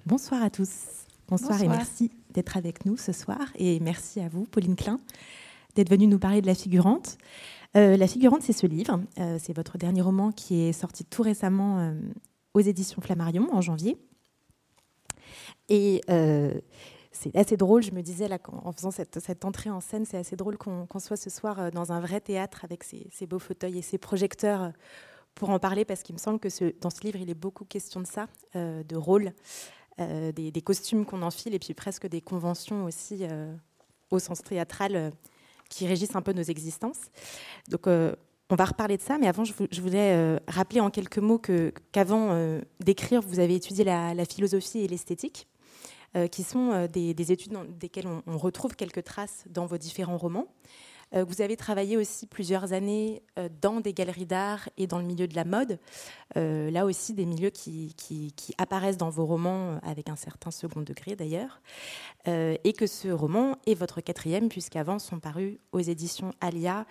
Bonsoir à tous. Bonsoir et Bonsoir. merci d'être avec nous ce soir. Et merci à vous, Pauline Klein, d'être venue nous parler de La Figurante. La Figurante, c'est ce livre. C'est votre dernier roman qui est sorti tout récemment aux éditions Flammarion en janvier. Et c'est assez drôle, je me disais là, en faisant cette entrée en scène, c'est assez drôle qu'on soit ce soir dans un vrai théâtre avec ces beaux fauteuils et ces projecteurs pour en parler, parce qu'il me semble que dans ce livre, il est beaucoup question de ça, de rôle, des costumes qu'on enfile et puis presque des conventions aussi au sens théâtral qui régissent un peu nos existences. Donc on va reparler de ça, mais avant je voulais rappeler en quelques mots qu'avant d'écrire, vous avez étudié la philosophie et l'esthétique, qui sont des études dans lesquelles on retrouve quelques traces dans vos différents romans. Vous avez travaillé aussi plusieurs années dans des galeries d'art et dans le milieu de la mode. Là aussi, des milieux qui apparaissent dans vos romans avec un certain second degré d'ailleurs. Et que ce roman est votre quatrième, puisqu'avant sont parus aux éditions Alia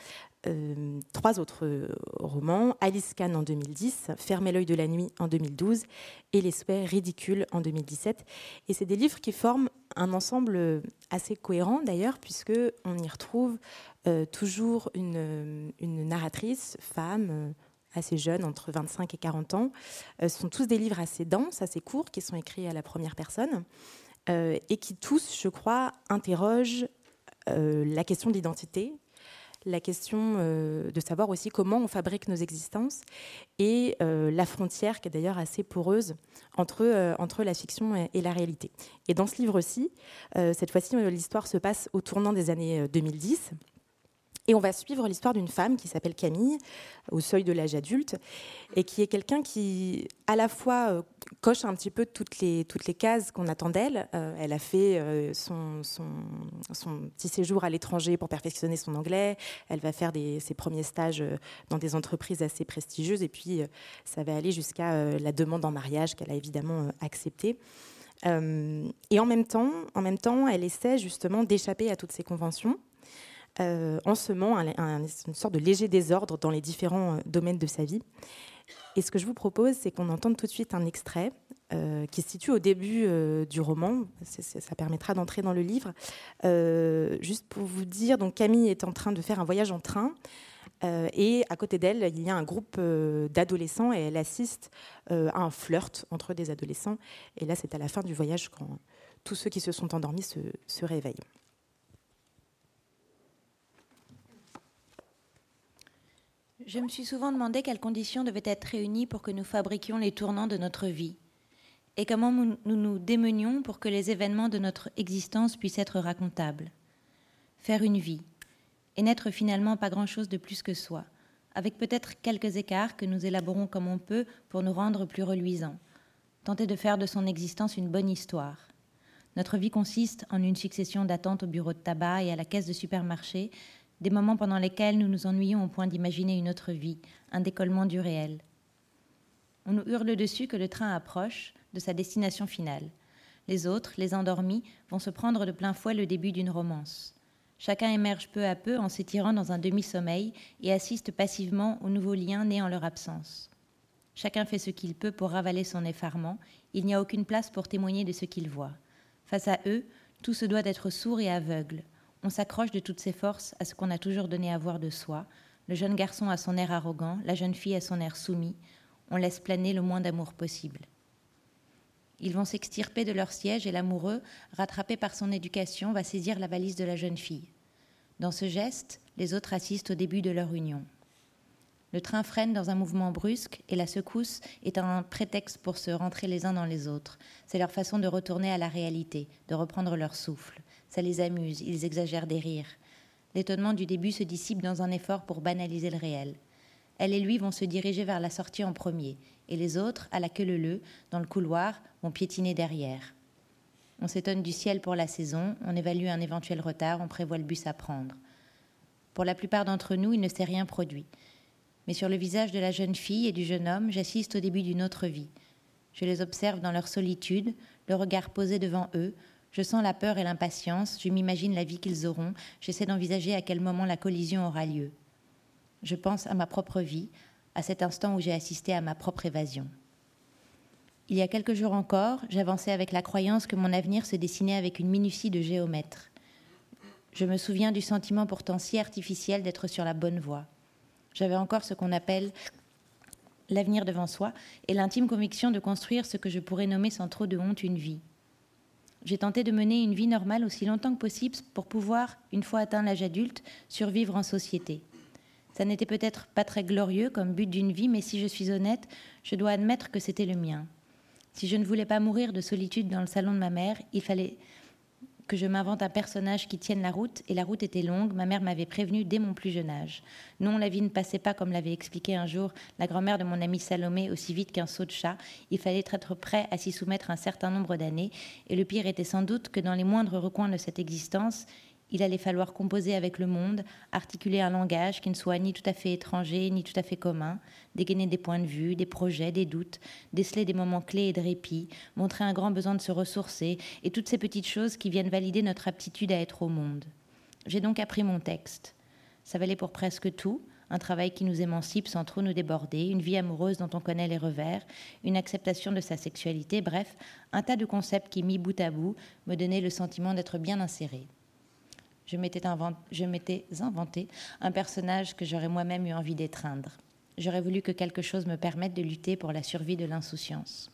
3 autres romans, Alice Kahn en 2010, Fermez l'œil de la nuit en 2012 et Les souhaits ridicules en 2017. Et c'est des livres qui forment un ensemble assez cohérent d'ailleurs, puisqu'on y retrouve toujours une narratrice, femme, assez jeune, entre 25 et 40 ans. Ce sont tous des livres assez denses, assez courts, qui sont écrits à la première personne et qui tous, je crois, interrogent la question de l'identité, la question de savoir aussi comment on fabrique nos existences et la frontière qui est d'ailleurs assez poreuse entre la fiction et la réalité. Et dans ce livre-ci, cette fois-ci, l'histoire se passe au tournant des années 2010. Et on va suivre l'histoire d'une femme qui s'appelle Camille, au seuil de l'âge adulte, et qui est quelqu'un qui, à la fois, coche un petit peu toutes les cases qu'on attend d'elle. Elle a fait son petit séjour à l'étranger pour perfectionner son anglais. Elle va faire ses premiers stages dans des entreprises assez prestigieuses. Et puis, ça va aller jusqu'à la demande en mariage qu'elle a évidemment acceptée. Et en même temps, elle essaie justement d'échapper à toutes ces conventions, en semant une sorte de léger désordre dans les différents domaines de sa vie. Et ce que je vous propose, c'est qu'on entende tout de suite un extrait qui se situe au début du roman. Ça permettra d'entrer dans le livre. Juste pour vous dire, donc Camille est en train de faire un voyage en train. Et à côté d'elle, il y a un groupe d'adolescents et elle assiste à un flirt entre des adolescents. Et là, c'est à la fin du voyage quand tous ceux qui se sont endormis se réveillent. Je me suis souvent demandé quelles conditions devaient être réunies pour que nous fabriquions les tournants de notre vie et comment nous nous démenions pour que les événements de notre existence puissent être racontables. Faire une vie et n'être finalement pas grand-chose de plus que soi, avec peut-être quelques écarts que nous élaborons comme on peut pour nous rendre plus reluisants. Tenter de faire de son existence une bonne histoire. Notre vie consiste en une succession d'attentes au bureau de tabac et à la caisse de supermarché, des moments pendant lesquels nous nous ennuyons au point d'imaginer une autre vie, un décollement du réel. On nous hurle dessus que le train approche de sa destination finale. Les autres, les endormis, vont se prendre de plein fouet le début d'une romance. Chacun émerge peu à peu en s'étirant dans un demi-sommeil et assiste passivement aux nouveaux liens nés en leur absence. Chacun fait ce qu'il peut pour ravaler son effarement, il n'y a aucune place pour témoigner de ce qu'il voit. Face à eux, tout se doit d'être sourd et aveugle. On s'accroche de toutes ses forces à ce qu'on a toujours donné à voir de soi, le jeune garçon à son air arrogant, la jeune fille à son air soumis. On laisse planer le moins d'amour possible. Ils vont s'extirper de leur siège et l'amoureux, rattrapé par son éducation, va saisir la valise de la jeune fille. Dans ce geste, les autres assistent au début de leur union. Le train freine dans un mouvement brusque et la secousse est un prétexte pour se rentrer les uns dans les autres. C'est leur façon de retourner à la réalité, de reprendre leur souffle. Ça les amuse, ils exagèrent des rires. L'étonnement du début se dissipe dans un effort pour banaliser le réel. Elle et lui vont se diriger vers la sortie en premier, et les autres, à la queue leu-leu, dans le couloir, vont piétiner derrière. On s'étonne du ciel pour la saison, on évalue un éventuel retard, on prévoit le bus à prendre. Pour la plupart d'entre nous, il ne s'est rien produit. Mais sur le visage de la jeune fille et du jeune homme, j'assiste au début d'une autre vie. Je les observe dans leur solitude, le regard posé devant eux. Je sens la peur et l'impatience, je m'imagine la vie qu'ils auront, j'essaie d'envisager à quel moment la collision aura lieu. Je pense à ma propre vie, à cet instant où j'ai assisté à ma propre évasion. Il y a quelques jours encore, j'avançais avec la croyance que mon avenir se dessinait avec une minutie de géomètre. Je me souviens du sentiment pourtant si artificiel d'être sur la bonne voie. J'avais encore ce qu'on appelle l'avenir devant soi et l'intime conviction de construire ce que je pourrais nommer sans trop de honte une vie. J'ai tenté de mener une vie normale aussi longtemps que possible pour pouvoir, une fois atteint l'âge adulte, survivre en société. Ça n'était peut-être pas très glorieux comme but d'une vie, mais si je suis honnête, je dois admettre que c'était le mien. Si je ne voulais pas mourir de solitude dans le salon de ma mère, il fallait que je m'invente un personnage qui tienne la route, et la route était longue, ma mère m'avait prévenue dès mon plus jeune âge. Non, la vie ne passait pas, comme l'avait expliqué un jour la grand-mère de mon amie Salomé, aussi vite qu'un saut de chat. Il fallait être prêt à s'y soumettre un certain nombre d'années, et le pire était sans doute que dans les moindres recoins de cette existence, il allait falloir composer avec le monde, articuler un langage qui ne soit ni tout à fait étranger, ni tout à fait commun, dégainer des points de vue, des projets, des doutes, déceler des moments clés et de répit, montrer un grand besoin de se ressourcer, et toutes ces petites choses qui viennent valider notre aptitude à être au monde. J'ai donc appris mon texte. Ça valait pour presque tout, un travail qui nous émancipe sans trop nous déborder, une vie amoureuse dont on connaît les revers, une acceptation de sa sexualité, bref, un tas de concepts qui, mis bout à bout, me donnaient le sentiment d'être bien inséré. Je m'étais inventé un personnage que j'aurais moi-même eu envie d'étreindre. J'aurais voulu que quelque chose me permette de lutter pour la survie de l'insouciance.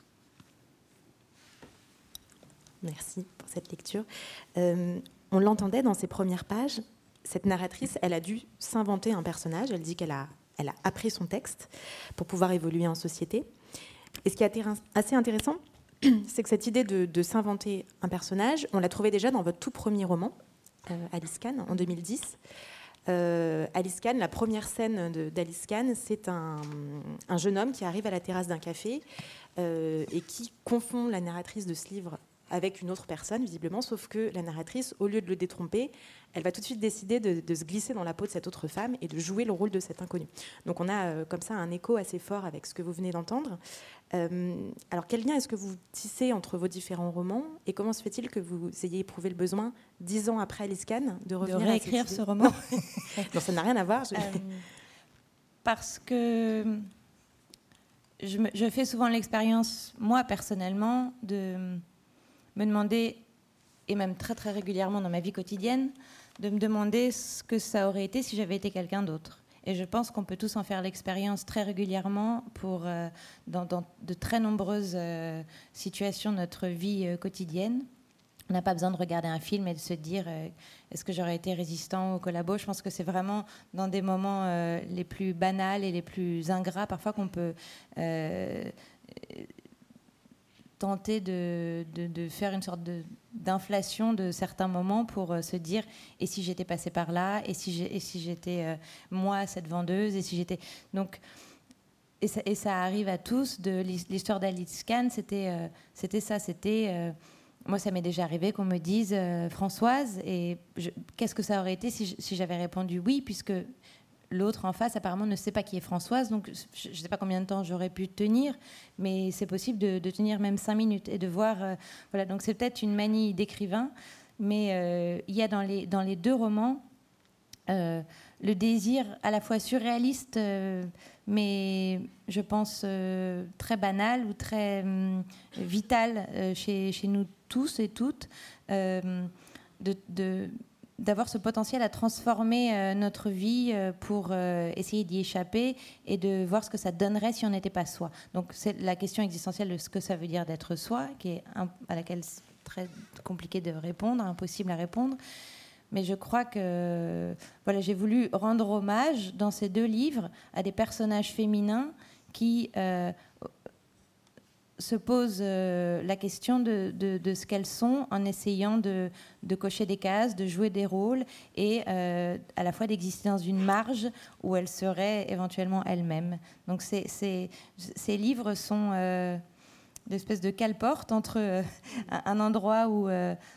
Merci pour cette lecture. On l'entendait dans ses premières pages. Cette narratrice, elle a dû s'inventer un personnage. Elle dit qu'elle a appris son texte pour pouvoir évoluer en société. Et ce qui est assez intéressant, c'est que cette idée de s'inventer un personnage, on l'a trouvée déjà dans votre tout premier roman, Alice Kahn, en 2010. Alice Kahn, la première scène d'Alice Kahn, c'est un jeune homme qui arrive à la terrasse d'un café et qui confond la narratrice de ce livre avec une autre personne, visiblement, sauf que la narratrice, au lieu de le détromper, elle va tout de suite décider de se glisser dans la peau de cette autre femme et de jouer le rôle de cet inconnu. Donc on a comme ça un écho assez fort avec ce que vous venez d'entendre. Alors quel lien est-ce que vous tissez entre vos différents romans et comment se fait-il que vous ayez éprouvé le besoin, 10 ans après Alice Kahn, de revenir à réécrire ce roman? Non, ça n'a rien à voir. Parce que je fais souvent l'expérience, moi personnellement, de me demander, et même très très régulièrement dans ma vie quotidienne, de me demander ce que ça aurait été si j'avais été quelqu'un d'autre. Et je pense qu'on peut tous en faire l'expérience très régulièrement dans de très nombreuses situations de notre vie quotidienne. On n'a pas besoin de regarder un film et de se dire est-ce que j'aurais été résistant au collabo. Je pense que c'est vraiment dans des moments les plus banals et les plus ingrats parfois qu'on peut tenter de faire une sorte d'inflation de certains moments pour se dire et si j'étais passée par là, et si j'étais moi cette vendeuse, et si j'étais donc et ça arrive à tous. De l'histoire d'Alice Kahn, c'était ça, moi ça m'est déjà arrivé qu'on me dise Françoise, et qu'est-ce que ça aurait été si j'avais répondu oui, puisque l'autre en face, apparemment, ne sait pas qui est Françoise, donc je ne sais pas combien de temps j'aurais pu tenir, mais c'est possible de tenir même 5 minutes et de voir... voilà, donc c'est peut-être une manie d'écrivain, mais il y a dans les deux romans le désir à la fois surréaliste, mais je pense très banal ou très vital chez nous tous et toutes, d'avoir ce potentiel à transformer notre vie pour essayer d'y échapper et de voir ce que ça donnerait si on n'était pas soi. Donc c'est la question existentielle de ce que ça veut dire d'être soi, à laquelle c'est très compliqué de répondre, impossible à répondre. Mais je crois que voilà, j'ai voulu rendre hommage dans ces deux livres à des personnages féminins qui se posent la question de ce qu'elles sont en essayant de cocher des cases, de jouer des rôles et à la fois d'exister dans une marge où elles seraient éventuellement elles-mêmes. Donc ces livres sont d'espèces de cale-porte entre un endroit où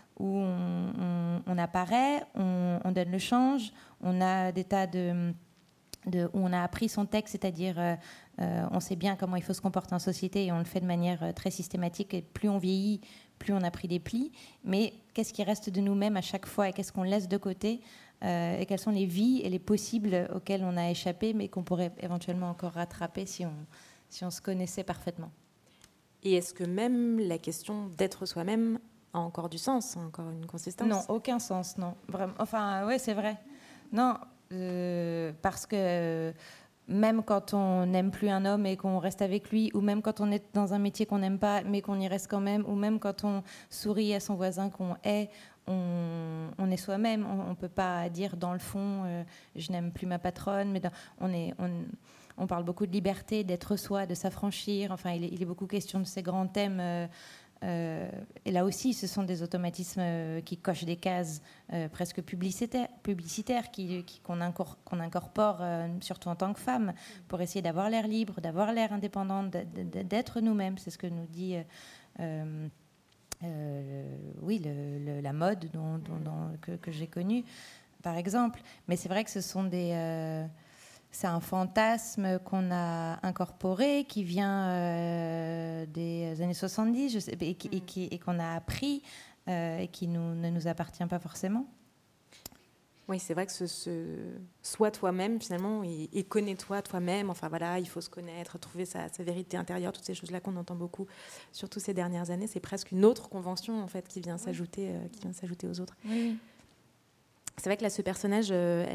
on apparaît, on donne le change, on a des tas où on a appris son texte, c'est-à-dire on sait bien comment il faut se comporter en société et on le fait de manière très systématique, et plus on vieillit, plus on a pris des plis. Mais qu'est-ce qui reste de nous-mêmes à chaque fois et qu'est-ce qu'on laisse de côté et quelles sont les vies et les possibles auxquels on a échappé mais qu'on pourrait éventuellement encore rattraper si on se connaissait parfaitement. Et est-ce que même la question d'être soi-même a encore du sens, encore une consistance? Non, aucun sens, non. Vraiment. Enfin, oui, c'est vrai. Non, parce que même quand on n'aime plus un homme et qu'on reste avec lui, ou même quand on est dans un métier qu'on n'aime pas mais qu'on y reste quand même, ou même quand on sourit à son voisin qu'on hait, on est soi-même. On ne peut pas dire dans le fond je n'aime plus ma patronne, mais on parle beaucoup de liberté, d'être soi, de s'affranchir. Enfin, il est beaucoup question de ces grands thèmes. Et là aussi, ce sont des automatismes qui cochent des cases presque publicitaires qu'on incorpore, surtout en tant que femme, pour essayer d'avoir l'air libre, d'avoir l'air indépendante, d'être nous-mêmes. C'est ce que nous dit la mode que j'ai connue, par exemple. Mais c'est vrai que ce sont c'est un fantasme qu'on a incorporé, qui vient des années 70, je sais, et qu'on a appris, et qui ne nous appartient pas forcément. Oui, c'est vrai que sois toi-même, finalement, et connais-toi toi-même. Enfin, voilà, il faut se connaître, trouver sa vérité intérieure, toutes ces choses-là qu'on entend beaucoup, surtout ces dernières années. C'est presque une autre convention, en fait, qui vient s'ajouter aux autres. Oui. C'est vrai que là, ce personnage,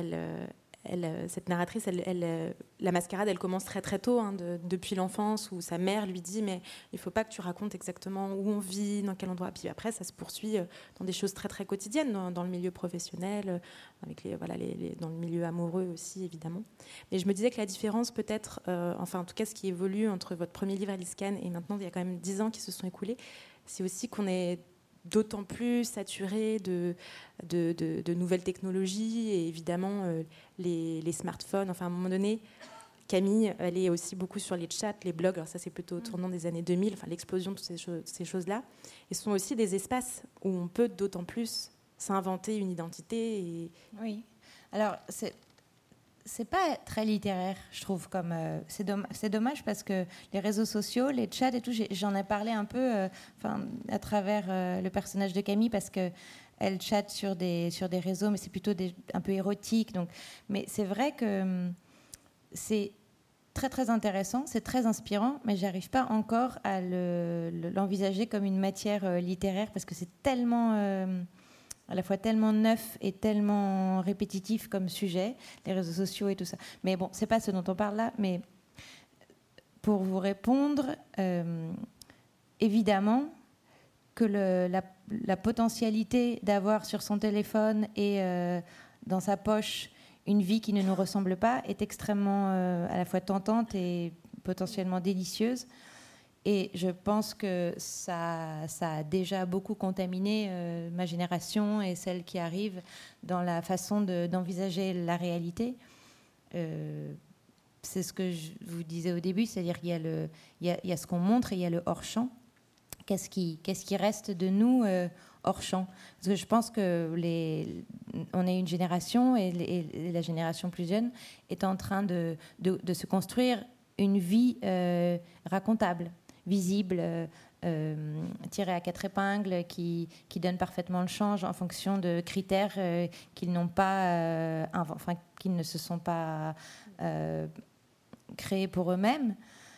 cette narratrice, la mascarade, elle commence très très tôt, depuis l'enfance, où sa mère lui dit mais il ne faut pas que tu racontes exactement où on vit, dans quel endroit. Puis après, ça se poursuit dans des choses très très quotidiennes, dans le milieu professionnel, dans le milieu amoureux aussi, évidemment. Mais je me disais que la différence peut-être, en tout cas ce qui évolue entre votre premier livre Alice Kahn et maintenant, il y a quand même 10 ans qui se sont écoulés, c'est aussi qu'on est d'autant plus saturé de nouvelles technologies et évidemment les smartphones. Enfin, à un moment donné, Camille, elle est aussi beaucoup sur les chats, les blogs. Alors ça, c'est plutôt au tournant des années 2000, l'explosion de toutes ces choses-là. Et ce sont aussi des espaces où on peut d'autant plus s'inventer une identité. Oui. Alors, c'est pas très littéraire, je trouve. C'est dommage parce que les réseaux sociaux, les chats et tout, j'en ai parlé un peu à travers le personnage de Camille, parce que elle chatte sur des réseaux, mais c'est plutôt un peu érotique. Mais c'est vrai que c'est très très intéressant, c'est très inspirant, mais j'arrive pas encore à l'envisager comme une matière littéraire, parce que c'est tellement à la fois tellement neuf et tellement répétitif comme sujet, les réseaux sociaux et tout ça. Mais bon, c'est pas ce dont on parle là. Mais pour vous répondre, évidemment que la potentialité d'avoir sur son téléphone et dans sa poche une vie qui ne nous ressemble pas est extrêmement à la fois tentante et potentiellement délicieuse. Et je pense que ça a déjà beaucoup contaminé ma génération et celle qui arrive dans la façon d'envisager la réalité. C'est ce que je vous disais au début, c'est-à-dire qu'il y a ce qu'on montre et il y a le hors-champ. Qu'est-ce qui reste de nous hors champ? Parce que je pense que on est une génération, et la génération plus jeune est en train de se construire une vie racontable, visible, tirée à 4 épingles, qui donne parfaitement le change en fonction de critères qu'ils n'ont pas, qu'ils ne se sont pas créés pour eux-mêmes.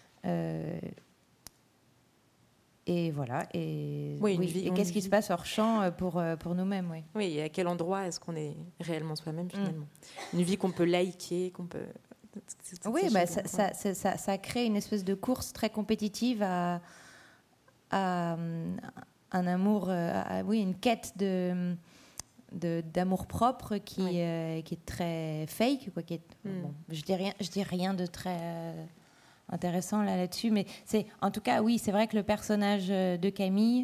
Et voilà. Et, et qu'est-ce qui se passe hors champ pour nous-mêmes? Oui, et à quel endroit est-ce qu'on est réellement soi-même, finalement? Une vie qu'on peut liker, qu'on peut... Oui, ça crée une espèce de course très compétitive à un amour, une quête d'amour propre qui est très fake, quoi. Je dis rien de très intéressant là-dessus, mais en tout cas, oui, c'est vrai que le personnage de Camille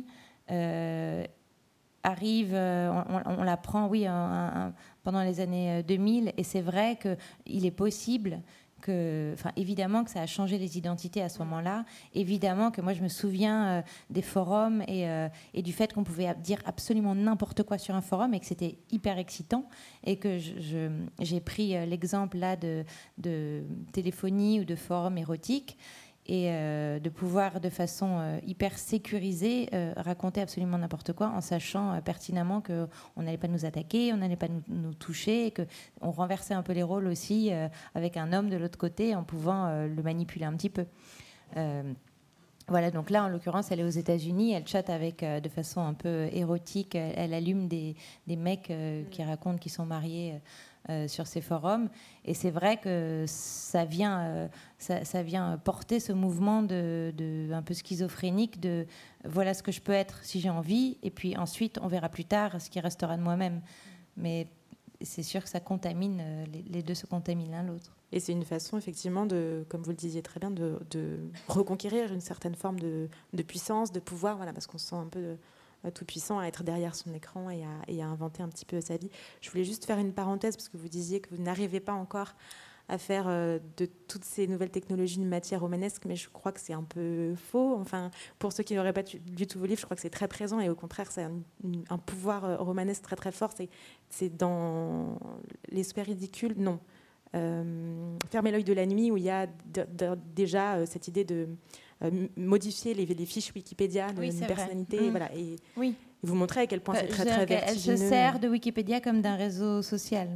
arrive, on l'apprend, pendant les années 2000, et c'est vrai qu'il est possible évidemment que ça a changé les identités à ce moment-là. Évidemment que moi, je me souviens des forums et du fait qu'on pouvait dire absolument n'importe quoi sur un forum et que c'était hyper excitant. Et que j'ai pris l'exemple là de téléphonie ou de forum érotique, et de pouvoir de façon hyper sécurisée raconter absolument n'importe quoi, en sachant pertinemment qu'on n'allait pas nous attaquer, on n'allait pas nous toucher, et qu'on renversait un peu les rôles aussi avec un homme de l'autre côté, en pouvant le manipuler un petit peu. Voilà, donc là, en l'occurrence, elle est aux États-Unis, elle chatte avec, de façon un peu érotique, elle allume des mecs qui racontent qu'ils sont mariés sur ces forums. Et c'est vrai que ça vient porter ce mouvement un peu schizophrénique de voilà ce que je peux être si j'ai envie, et puis ensuite, on verra plus tard ce qui restera de moi-même. Mais c'est sûr que ça contamine, les deux se contaminent l'un l'autre. Et c'est une façon, effectivement, comme vous le disiez très bien, de reconquérir une certaine forme de puissance, de pouvoir, voilà, parce qu'on se sent un peu tout puissant à être derrière son écran et à inventer un petit peu sa vie. Je voulais juste faire une parenthèse, parce que vous disiez que vous n'arrivez pas encore à faire de toutes ces nouvelles technologies une matière romanesque, mais je crois que c'est un peu faux. Enfin, pour ceux qui n'auraient pas lu tous vos livres, je crois que c'est très présent, et au contraire, c'est un pouvoir romanesque très très fort. C'est dans Les Souhaits ridicules, non. Fermez l'œil de la nuit, où il y a déjà cette idée de modifier les fiches Wikipédia d'une personnalité, voilà, et vous montrer à quel point c'est très très vertigineux. Elle se sert de Wikipédia comme d'un réseau social,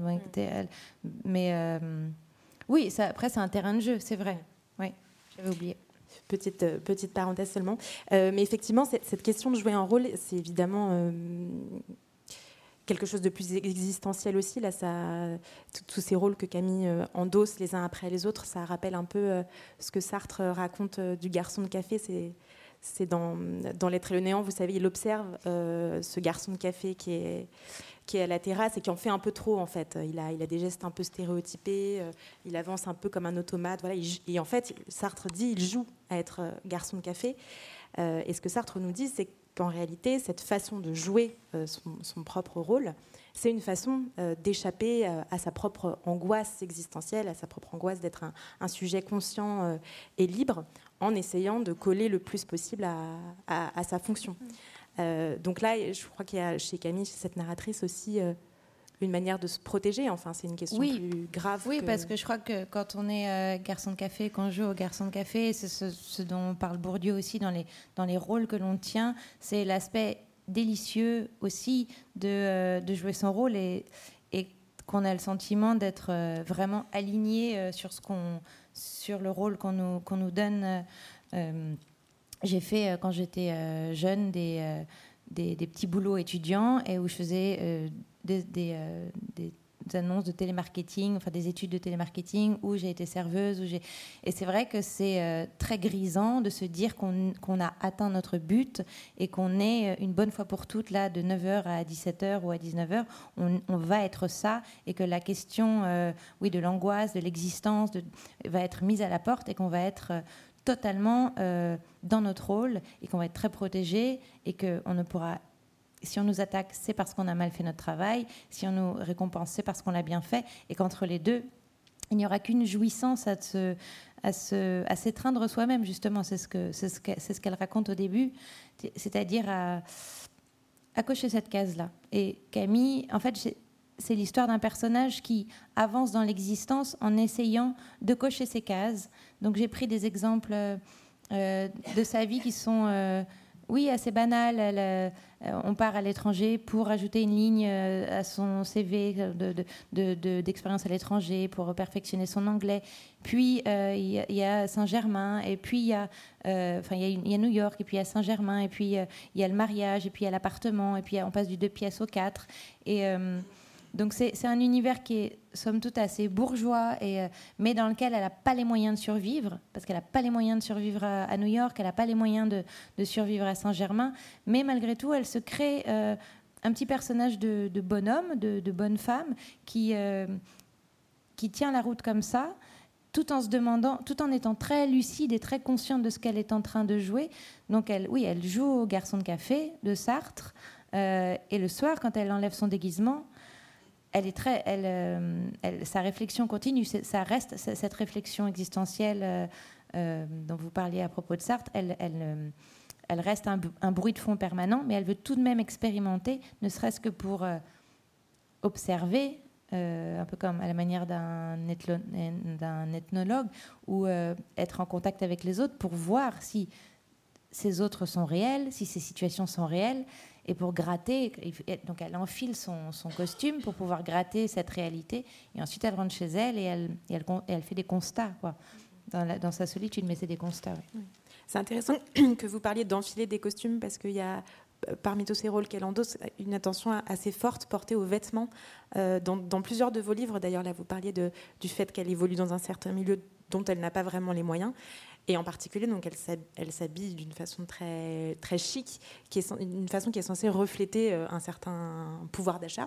mais oui, après c'est un terrain de jeu, c'est vrai. Oui, j'avais oublié. Petite parenthèse seulement, mais effectivement cette question de jouer un rôle, c'est évidemment quelque chose de plus existentiel aussi. Là, tous ces rôles que Camille endosse les uns après les autres, ça rappelle un peu ce que Sartre raconte du garçon de café. C'est dans L'être et le néant, vous savez, il observe ce garçon de café qui est à la terrasse et qui en fait un peu trop, en fait. Il a des gestes un peu stéréotypés, il avance un peu comme un automate. Voilà, et en fait, Sartre dit il joue à être garçon de café. Et ce que Sartre nous dit, c'est qu'en réalité, cette façon de jouer son propre rôle, c'est une façon d'échapper à sa propre angoisse existentielle, à sa propre angoisse d'être un sujet conscient et libre, en essayant de coller le plus possible à sa fonction. Donc là, je crois qu'il y a chez Camille, chez cette narratrice aussi, une manière de se protéger. Enfin, c'est une question plus grave. Oui, parce que je crois que quand on est garçon de café, qu'on joue au garçon de café, c'est ce dont parle Bourdieu aussi dans les rôles que l'on tient, c'est l'aspect délicieux aussi de jouer son rôle et qu'on a le sentiment d'être vraiment aligné sur le rôle qu'on nous donne. J'ai fait, quand j'étais jeune, des petits boulots étudiants et où je faisais des annonces de télémarketing, enfin des études de télémarketing où j'ai été serveuse. Et c'est vrai que c'est très grisant de se dire qu'on a atteint notre but et qu'on est une bonne fois pour toutes là de 9h à 17h ou à 19h, on va être ça, et que la question de l'angoisse, de l'existence va être mise à la porte et qu'on va être totalement dans notre rôle et qu'on va être très protégé et qu'on ne pourra... Si on nous attaque, c'est parce qu'on a mal fait notre travail. Si on nous récompense, c'est parce qu'on l'a bien fait. Et qu'entre les deux, il n'y aura qu'une jouissance à s'étreindre soi-même, justement. C'est ce qu'elle raconte au début, c'est-à-dire à cocher cette case-là. Et Camille, en fait, c'est l'histoire d'un personnage qui avance dans l'existence en essayant de cocher ces cases. Donc j'ai pris des exemples de sa vie qui sont... assez banales. On part à l'étranger pour ajouter une ligne à son CV d'expérience à l'étranger pour perfectionner son anglais. Puis il y a Saint-Germain, et puis il y a New York, et puis il y a Saint-Germain, et puis il y a le mariage, et puis il y a l'appartement, et puis on passe du 2 pièces au 4. Et donc c'est un univers qui est somme toute assez bourgeois, mais dans lequel elle n'a pas les moyens de survivre, parce qu'elle n'a pas les moyens de survivre à New York, elle n'a pas les moyens de survivre à Saint-Germain, mais malgré tout elle se crée un petit personnage de bonhomme, de bonne femme qui tient la route comme ça, tout en se demandant, tout en étant très lucide et très consciente de ce qu'elle est en train de jouer. Donc elle joue au garçon de café de Sartre, et le soir, quand elle enlève son déguisement, sa réflexion continue. Ça reste cette réflexion existentielle dont vous parliez à propos de Sartre. Elle reste un bruit de fond permanent, mais elle veut tout de même expérimenter, ne serait-ce que pour observer, un peu comme à la manière d'un ethnologue, ou être en contact avec les autres pour voir si ces autres sont réels, si ces situations sont réelles. Et pour gratter, donc elle enfile son costume pour pouvoir gratter cette réalité. Et ensuite, elle rentre chez elle et elle fait des constats, quoi. Dans sa solitude, mais c'est des constats. Oui. C'est intéressant que vous parliez d'enfiler des costumes parce qu'il y a, parmi tous ces rôles qu'elle endosse, une attention assez forte portée aux vêtements. Dans plusieurs de vos livres, d'ailleurs, là, vous parliez du fait qu'elle évolue dans un certain milieu dont elle n'a pas vraiment les moyens. Et en particulier, donc, elle s'habille d'une façon très, très chic, une façon qui est censée refléter un certain pouvoir d'achat.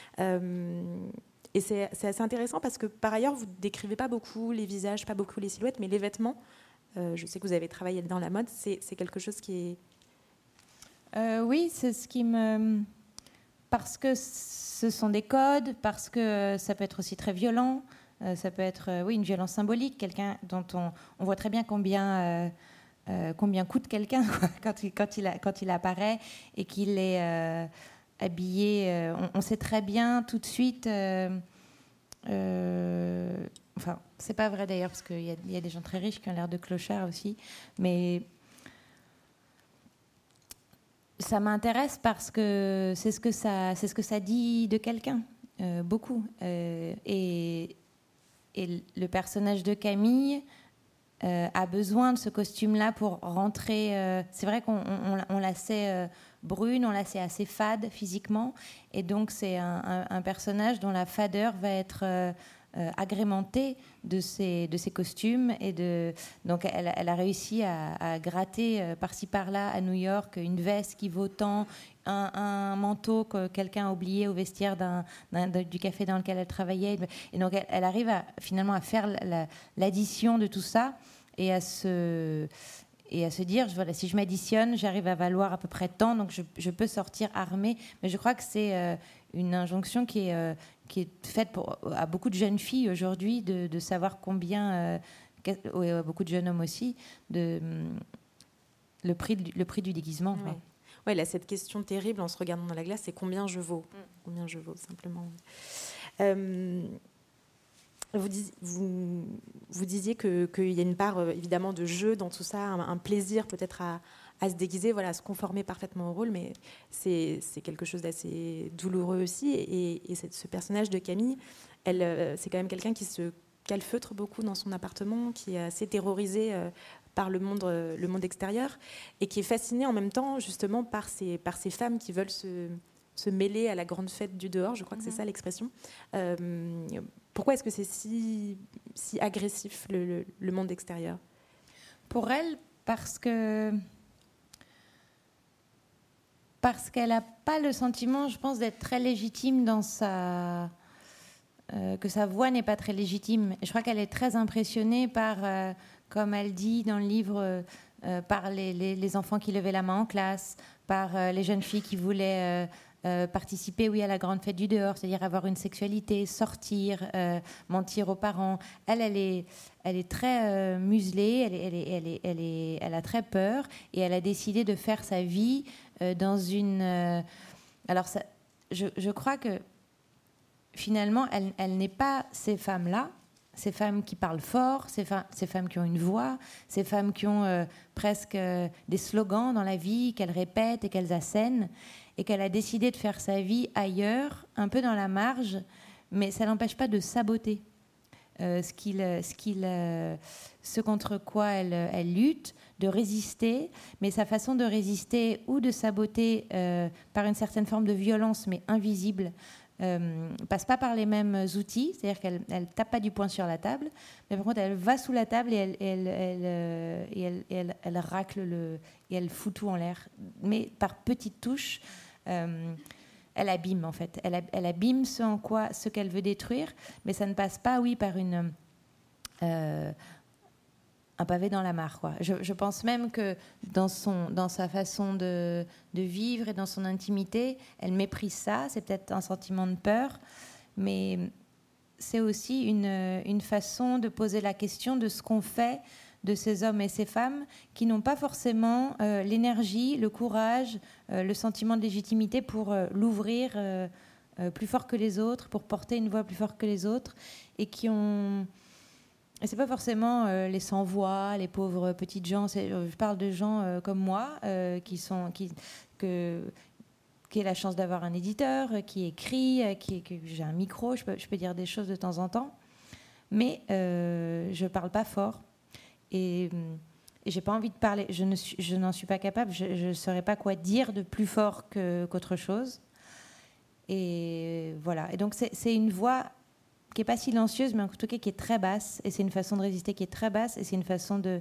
Et c'est assez intéressant parce que, par ailleurs, vous ne décrivez pas beaucoup les visages, pas beaucoup les silhouettes, mais les vêtements, je sais que vous avez travaillé dans la mode, c'est quelque chose qui est... Oui, c'est ce qui me... Parce que ce sont des codes, parce que ça peut être aussi très violent, ça peut être oui, une violence symbolique, quelqu'un dont on voit très bien combien coûte quelqu'un quand il apparaît et qu'il est habillé. On sait très bien tout de suite... enfin, c'est pas vrai d'ailleurs, parce qu'il y a des gens très riches qui ont l'air de clochards aussi, mais ça m'intéresse parce que c'est ce que ça dit de quelqu'un, beaucoup. Et le personnage de Camille a besoin de ce costume-là pour rentrer. C'est vrai qu'on la sait brune, on la sait assez fade physiquement, et donc c'est un personnage dont la fadeur va être agrémentée de ces costumes. Donc elle a réussi à gratter par-ci par-là à New York une veste qui vaut tant, un manteau que quelqu'un a oublié au vestiaire du café dans lequel elle travaillait. Et donc elle arrive finalement à faire l'addition de tout ça et à se dire, voilà, si je m'additionne, j'arrive à valoir à peu près tant, donc je peux sortir armée. Mais je crois que c'est une injonction qui est faite à beaucoup de jeunes filles aujourd'hui, de savoir combien, beaucoup de jeunes hommes aussi, le prix du déguisement. Oui. Ouais, là, cette question terrible en se regardant dans la glace, c'est combien je vaux. Combien je vaux, simplement. Vous disiez qu'il y a une part évidemment de jeu dans tout ça, un plaisir peut-être à se déguiser, voilà, à se conformer parfaitement au rôle, mais c'est quelque chose d'assez douloureux aussi. Et ce personnage de Camille, c'est quand même quelqu'un qui se calfeutre beaucoup dans son appartement, qui est assez terrorisé par le monde extérieur, et qui est fasciné en même temps justement par ces femmes qui veulent se mêler à la grande fête du dehors, je crois que c'est ça l'expression. Pourquoi est-ce que c'est si agressif, le monde extérieur ? Pour elle, parce qu'elle n'a pas le sentiment, je pense, d'être très légitime dans que sa voix n'est pas très légitime. Et je crois qu'elle est très impressionnée par, comme elle dit dans le livre, par les enfants qui levaient la main en classe, par les jeunes filles qui voulaient... participer, oui, à la grande fête du dehors, c'est-à-dire avoir une sexualité, sortir, mentir aux parents. Elle est très muselée, elle a très peur, et elle a décidé de faire sa vie dans une... alors, je crois que finalement, elle n'est pas ces femmes-là, ces femmes qui parlent fort, ces femmes qui ont une voix, ces femmes qui ont presque des slogans dans la vie qu'elles répètent et qu'elles assènent, et qu'elle a décidé de faire sa vie ailleurs, un peu dans la marge, mais ça n'empêche pas de saboter ce contre quoi elle lutte, de résister, mais sa façon de résister ou de saboter par une certaine forme de violence, mais invisible, passe pas par les mêmes outils, c'est-à-dire qu'elle tape pas du poing sur la table, mais par contre elle va sous la table et elle racle et elle fout tout en l'air, mais par petites touches. Elle abîme en fait, elle abîme ce qu'elle veut détruire, mais ça ne passe pas, oui, par un pavé dans la mare, quoi. Je pense même que dans sa façon de vivre et dans son intimité, elle méprise ça. C'est peut-être un sentiment de peur, mais c'est aussi une façon de poser la question de ce qu'on fait de ces hommes et ces femmes qui n'ont pas forcément l'énergie, le courage, le sentiment de légitimité pour l'ouvrir plus fort que les autres, pour porter une voix plus forte que les autres, et qui ont... Et c'est pas forcément les sans-voix, les pauvres petites gens. Je parle de gens comme moi qui ai la chance d'avoir un éditeur, qui écrit, que j'ai un micro, je peux dire des choses de temps en temps, mais je parle pas fort. Et Et j'ai pas envie de parler. Je n'en suis pas capable. Je ne saurais pas quoi dire de plus fort qu'autre chose. Et voilà. Et donc c'est une voix qui est pas silencieuse, mais en tout cas qui est très basse. Et c'est une façon de résister qui est très basse. Et c'est une façon de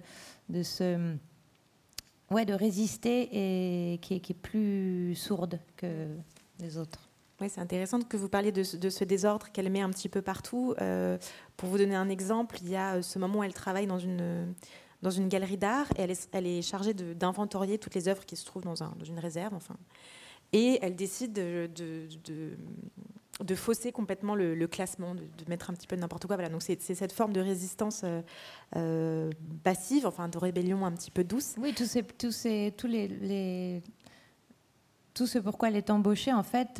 résister et qui est plus sourde que les autres. Oui, c'est intéressant que vous parliez de ce désordre qu'elle met un petit peu partout. Pour vous donner un exemple, il y a ce moment où elle travaille dans une galerie d'art et elle est chargée d'inventorier toutes les œuvres qui se trouvent dans une réserve. Enfin. Et elle décide de fausser complètement le classement, de mettre un petit peu n'importe quoi. Voilà. Donc c'est cette forme de résistance passive, enfin de rébellion un petit peu douce. Oui, tout ce pourquoi elle est embauchée, en fait,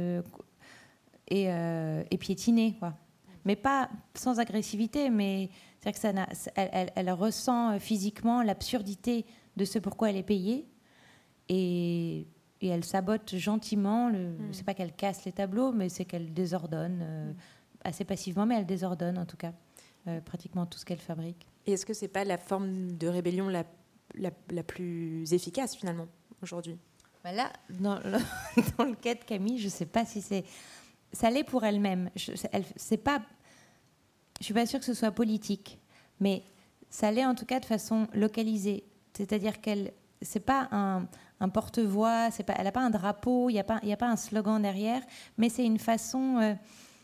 est piétiné, quoi. Mais pas sans agressivité, mais c'est-à-dire que elle ressent physiquement l'absurdité de ce pourquoi elle est payée, et elle sabote gentiment. C'est pas qu'elle casse les tableaux, mais c'est qu'elle désordonne, assez passivement, mais elle désordonne, en tout cas, pratiquement tout ce qu'elle fabrique. Et est-ce que c'est pas la forme de rébellion la plus efficace, finalement, aujourd'hui ? Là, dans le cas de Camille, je ne sais pas si ça l'est pour elle-même. Je ne suis pas sûre que ce soit politique, mais ça l'est en tout cas de façon localisée. C'est-à-dire qu'elle, c'est pas un porte-voix, elle n'a pas un drapeau, il n'y a pas un slogan derrière, mais c'est une façon,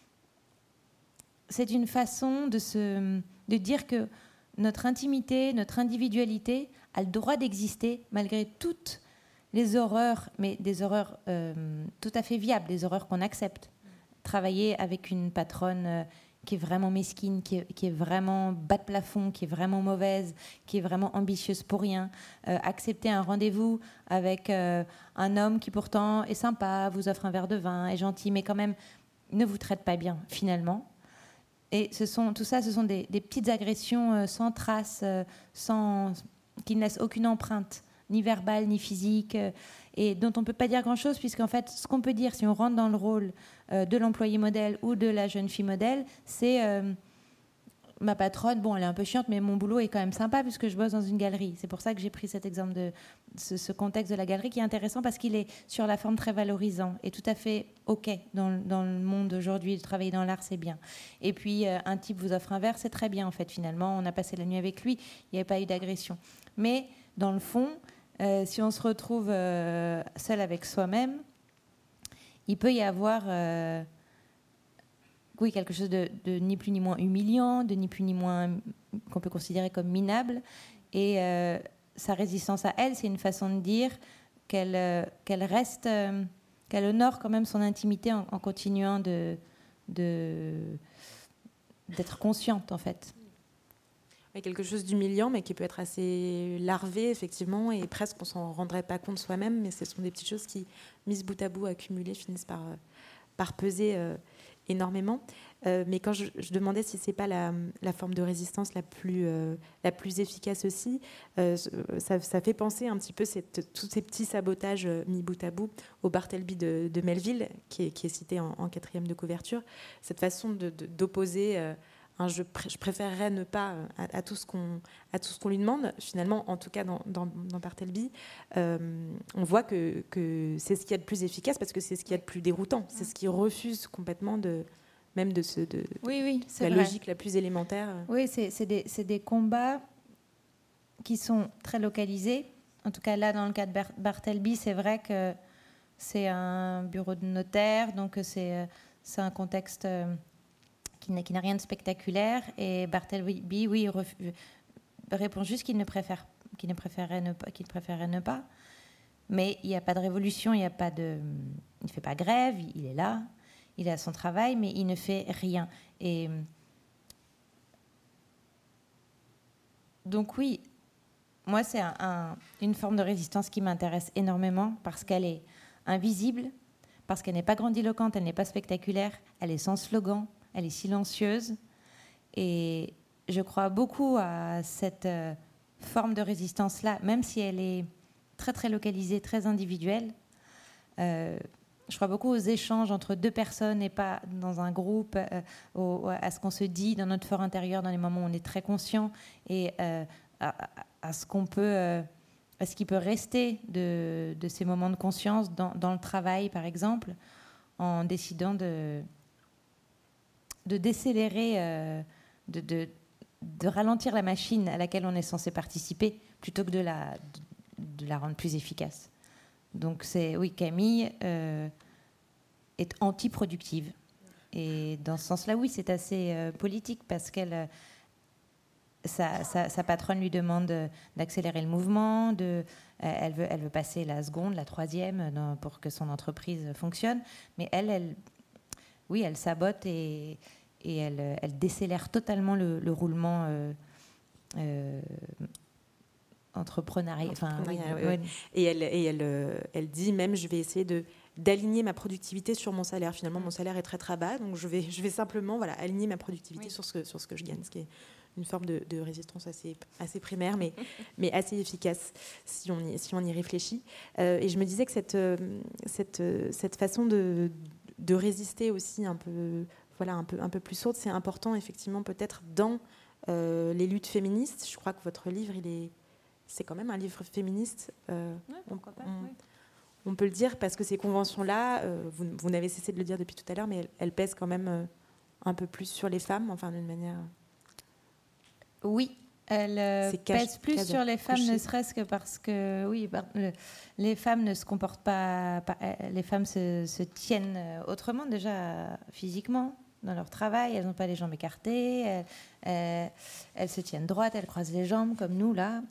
de dire que notre intimité, notre individualité a le droit d'exister malgré toutes les horreurs, mais des horreurs tout à fait viables, des horreurs qu'on accepte. Travailler avec une patronne qui est vraiment mesquine, qui est vraiment bas de plafond, qui est vraiment mauvaise, qui est vraiment ambitieuse pour rien. Accepter un rendez-vous avec un homme qui pourtant est sympa, vous offre un verre de vin, est gentil, mais quand même ne vous traite pas bien, finalement. Et tout ça, ce sont des petites agressions sans trace, qui ne laissent aucune empreinte, ni verbale, ni physique, et dont on ne peut pas dire grand-chose, puisqu'en fait, ce qu'on peut dire, si on rentre dans le rôle de l'employé modèle ou de la jeune fille modèle, c'est ma patronne, bon, elle est un peu chiante, mais mon boulot est quand même sympa, puisque je bosse dans une galerie. C'est pour ça que j'ai pris cet exemple de ce contexte de la galerie, qui est intéressant, parce qu'il est sur la forme très valorisant, et tout à fait OK dans le monde d'aujourd'hui. De travailler dans l'art, c'est bien. Et puis, un type vous offre un verre, c'est très bien, en fait, finalement. On a passé la nuit avec lui, il n'y avait pas eu d'agression. Mais, dans le fond, si on se retrouve seul avec soi-même, il peut y avoir quelque chose de ni plus ni moins humiliant, de ni plus ni moins qu'on peut considérer comme minable. Et sa résistance à elle, c'est une façon de dire qu'elle reste, qu'elle honore quand même son intimité en continuant d'être consciente, en fait. Quelque chose d'humiliant, mais qui peut être assez larvé, effectivement, et presque on s'en rendrait pas compte soi-même, mais ce sont des petites choses qui, mises bout à bout, accumulées, finissent par peser énormément. Mais quand je demandais si c'est pas la forme de résistance la plus efficace aussi, ça fait penser un petit peu tous ces petits sabotages mis bout à bout au Bartleby de Melville, qui est cité en quatrième de couverture, cette façon d'opposer je préférerais ne pas à tout ce qu'on lui demande. Finalement, en tout cas dans Bartleby, on voit que c'est ce qu'il y a de plus efficace, parce que c'est ce qu'il y a de plus déroutant. C'est ce qui refuse complètement de la logique la plus élémentaire. Oui, c'est des combats qui sont très localisés. En tout cas, là, dans le cas de Bartleby, c'est vrai que c'est un bureau de notaire, donc c'est un contexte qui n'a rien de spectaculaire. Et Bartleby, oui, répond juste qu'il préférerait ne pas. Mais il n'y a pas de révolution, il ne fait pas grève, il est là, il a son travail, mais il ne fait rien. Et donc oui, moi c'est une forme de résistance qui m'intéresse énormément, parce qu'elle est invisible, parce qu'elle n'est pas grandiloquente, elle n'est pas spectaculaire, elle est sans slogan, elle est silencieuse. Et je crois beaucoup à cette forme de résistance-là, même si elle est très très localisée, très individuelle. Je crois beaucoup aux échanges entre deux personnes et pas dans un groupe, à ce qu'on se dit dans notre fort intérieur dans les moments où on est très conscient, et à ce qu'on peut, à ce qui peut rester de ces moments de conscience dans le travail, par exemple, en décidant de décélérer, de ralentir la machine à laquelle on est censé participer, plutôt que de la rendre plus efficace. Donc oui, Camille est anti-productive. Et dans ce sens-là, oui, c'est assez politique, parce qu'elle... Sa patronne lui demande d'accélérer le mouvement, elle veut passer la seconde, la troisième, pour que son entreprise fonctionne. Mais elle sabote et elle décélère totalement le roulement entrepreneurial. Et elle dit même, je vais essayer d'aligner ma productivité sur mon salaire. Finalement, mon salaire est très très bas, donc je vais simplement aligner ma productivité sur ce que je gagne, ce qui est une forme de résistance assez primaire, mais assez efficace si on y réfléchit. Et je me disais que cette façon de résister aussi un peu plus sourde, c'est important effectivement peut-être dans les luttes féministes. Je crois que votre livre, c'est quand même un livre féministe. Pourquoi pas, on peut le dire, parce que ces conventions-là, vous n'avez cessé de le dire depuis tout à l'heure, mais elles pèsent quand même un peu plus sur les femmes, enfin d'une manière... Oui, elle pèse plus sur les femmes, ne serait-ce que parce que les femmes ne se comportent pas, les femmes se tiennent autrement déjà physiquement dans leur travail. Elles n'ont pas les jambes écartées, elles se tiennent droites, elles croisent les jambes comme nous là.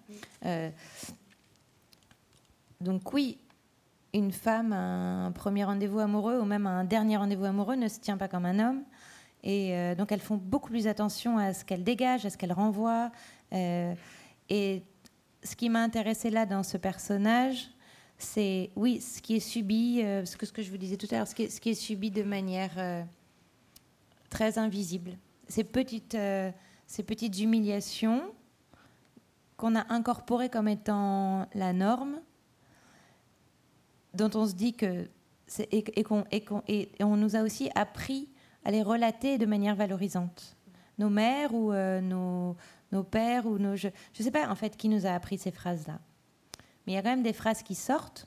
Donc oui, une femme à un premier rendez-vous amoureux ou même à un dernier rendez-vous amoureux ne se tient pas comme un homme. Et donc elles font beaucoup plus attention à ce qu'elles dégagent, à ce qu'elles renvoient. Et ce qui m'a intéressée là dans ce personnage, c'est ce qui est subi, ce que je vous disais tout à l'heure, ce qui est subi de manière très invisible. Ces petites humiliations qu'on a incorporées comme étant la norme, dont on se dit que et on nous a aussi appris à les relater de manière valorisante. Nos mères ou nos pères ou je ne sais pas en fait qui nous a appris ces phrases-là. Mais il y a quand même des phrases qui sortent.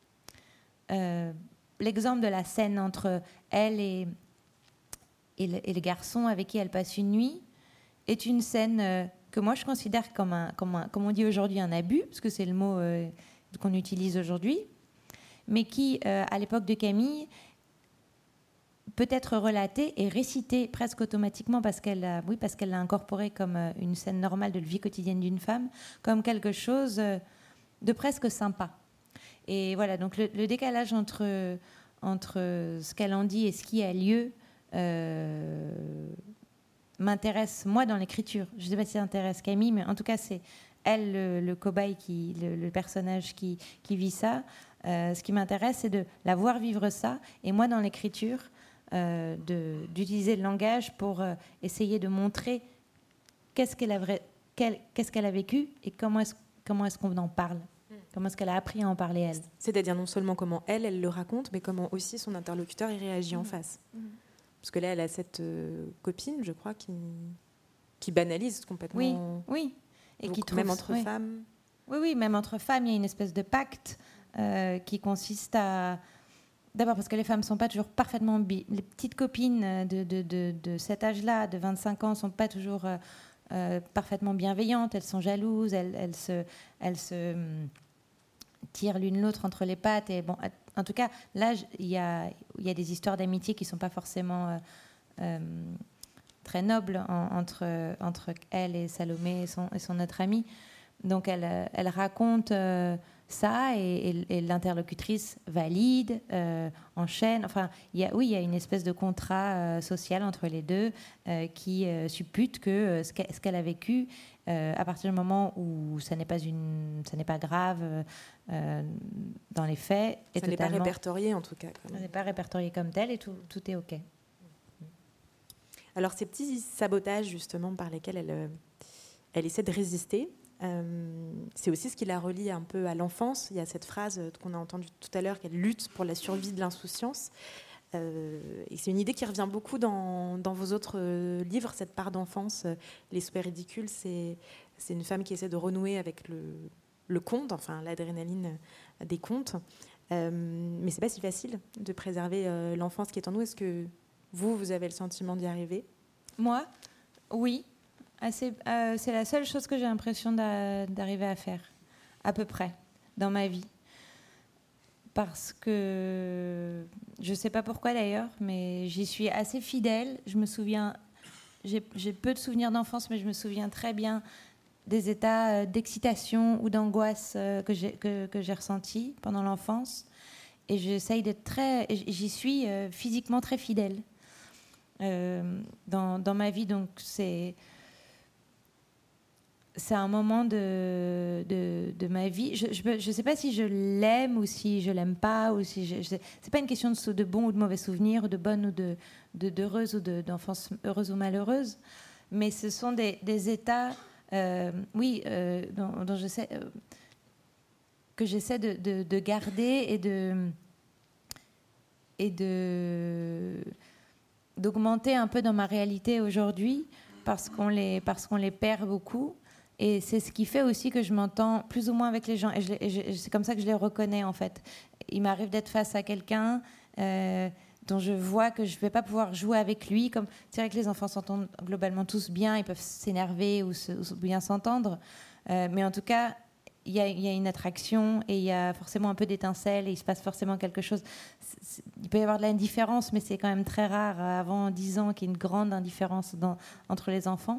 L'exemple de la scène entre elle et le garçon avec qui elle passe une nuit est une scène que moi je considère comme on dit aujourd'hui, un abus, parce que c'est le mot qu'on utilise aujourd'hui, mais qui, à l'époque de Camille, peut être relatée et récitée presque automatiquement parce qu'elle l'a incorporée comme une scène normale de la vie quotidienne d'une femme, comme quelque chose de presque sympa. Et voilà, donc le décalage entre ce qu'elle en dit et ce qui a lieu m'intéresse, moi, dans l'écriture. Je ne sais pas si ça intéresse Camille, mais en tout cas, c'est elle, le cobaye, le personnage qui vit ça. Ce qui m'intéresse, c'est de la voir vivre ça. Et moi, dans l'écriture, d'utiliser le langage pour essayer de montrer qu'est-ce qu'elle a vécu et comment est-ce qu'on en parle, comment est-ce qu'elle a appris à en parler, elle. C'est-à-dire non seulement comment elle le raconte, mais comment aussi son interlocuteur y réagit en face. Parce que là, elle a cette copine, je crois, qui banalise complètement. Oui. Et donc, qui trouve, même entre femmes. Oui, même entre femmes, il y a une espèce de pacte qui consiste à... D'abord parce que les femmes ne sont pas toujours parfaitement... Les petites copines de cet âge-là, de 25 ans, ne sont pas toujours parfaitement bienveillantes. Elles sont jalouses, elles se tirent l'une l'autre entre les pattes. Et bon, en tout cas, là, il y a des histoires d'amitié qui ne sont pas forcément très nobles entre elle et Salomé et son autre amie. Donc, elle raconte... ça et l'interlocutrice valide, enchaîne. Enfin, il y a une espèce de contrat social entre les deux qui suppute que ce qu'elle a vécu, à partir du moment où ça n'est pas grave dans les faits, ça n'est pas répertorié en tout cas. Ça n'est pas répertorié comme tel et tout est ok. Alors ces petits sabotages justement par lesquels elle essaie de résister. C'est aussi ce qui la relie un peu à l'enfance. Il y a cette phrase qu'on a entendue tout à l'heure, qu'elle lutte pour la survie de l'insouciance. Et c'est une idée qui revient beaucoup dans vos autres livres, cette part d'enfance. Les souhaits ridicules, c'est c'est une femme qui essaie de renouer avec le conte, enfin l'adrénaline des contes. Mais c'est pas si facile de préserver l'enfance qui est en nous. Est-ce que vous avez le sentiment d'y arriver ? Moi, oui. C'est la seule chose que j'ai l'impression d'arriver à faire, à peu près, dans ma vie. Parce que, je ne sais pas pourquoi d'ailleurs, mais j'y suis assez fidèle. Je me souviens, j'ai peu de souvenirs d'enfance, mais je me souviens très bien des états d'excitation ou d'angoisse que j'ai ressentis pendant l'enfance. Et j'essaye j'y suis physiquement très fidèle dans ma vie. Donc c'est un moment de ma vie. Je ne sais pas si je l'aime ou si je l'aime pas. C'est pas une question de bons ou de mauvais souvenirs, ou de bonnes ou d'heureuses ou d'enfance heureuse ou malheureuse. Mais ce sont des états, dont que j'essaie de garder et d'augmenter un peu dans ma réalité aujourd'hui parce qu'on les perd beaucoup. Et c'est ce qui fait aussi que je m'entends plus ou moins avec les gens. Et c'est comme ça que je les reconnais, en fait. Il m'arrive d'être face à quelqu'un dont je vois que je ne vais pas pouvoir jouer avec lui. C'est vrai que les enfants s'entendent globalement tous bien, ils peuvent s'énerver ou bien s'entendre. Mais en tout cas, il y a une attraction et il y a forcément un peu d'étincelle et il se passe forcément quelque chose. Il peut y avoir de l'indifférence, mais c'est quand même très rare, avant 10 ans, qu'il y ait une grande indifférence entre les enfants.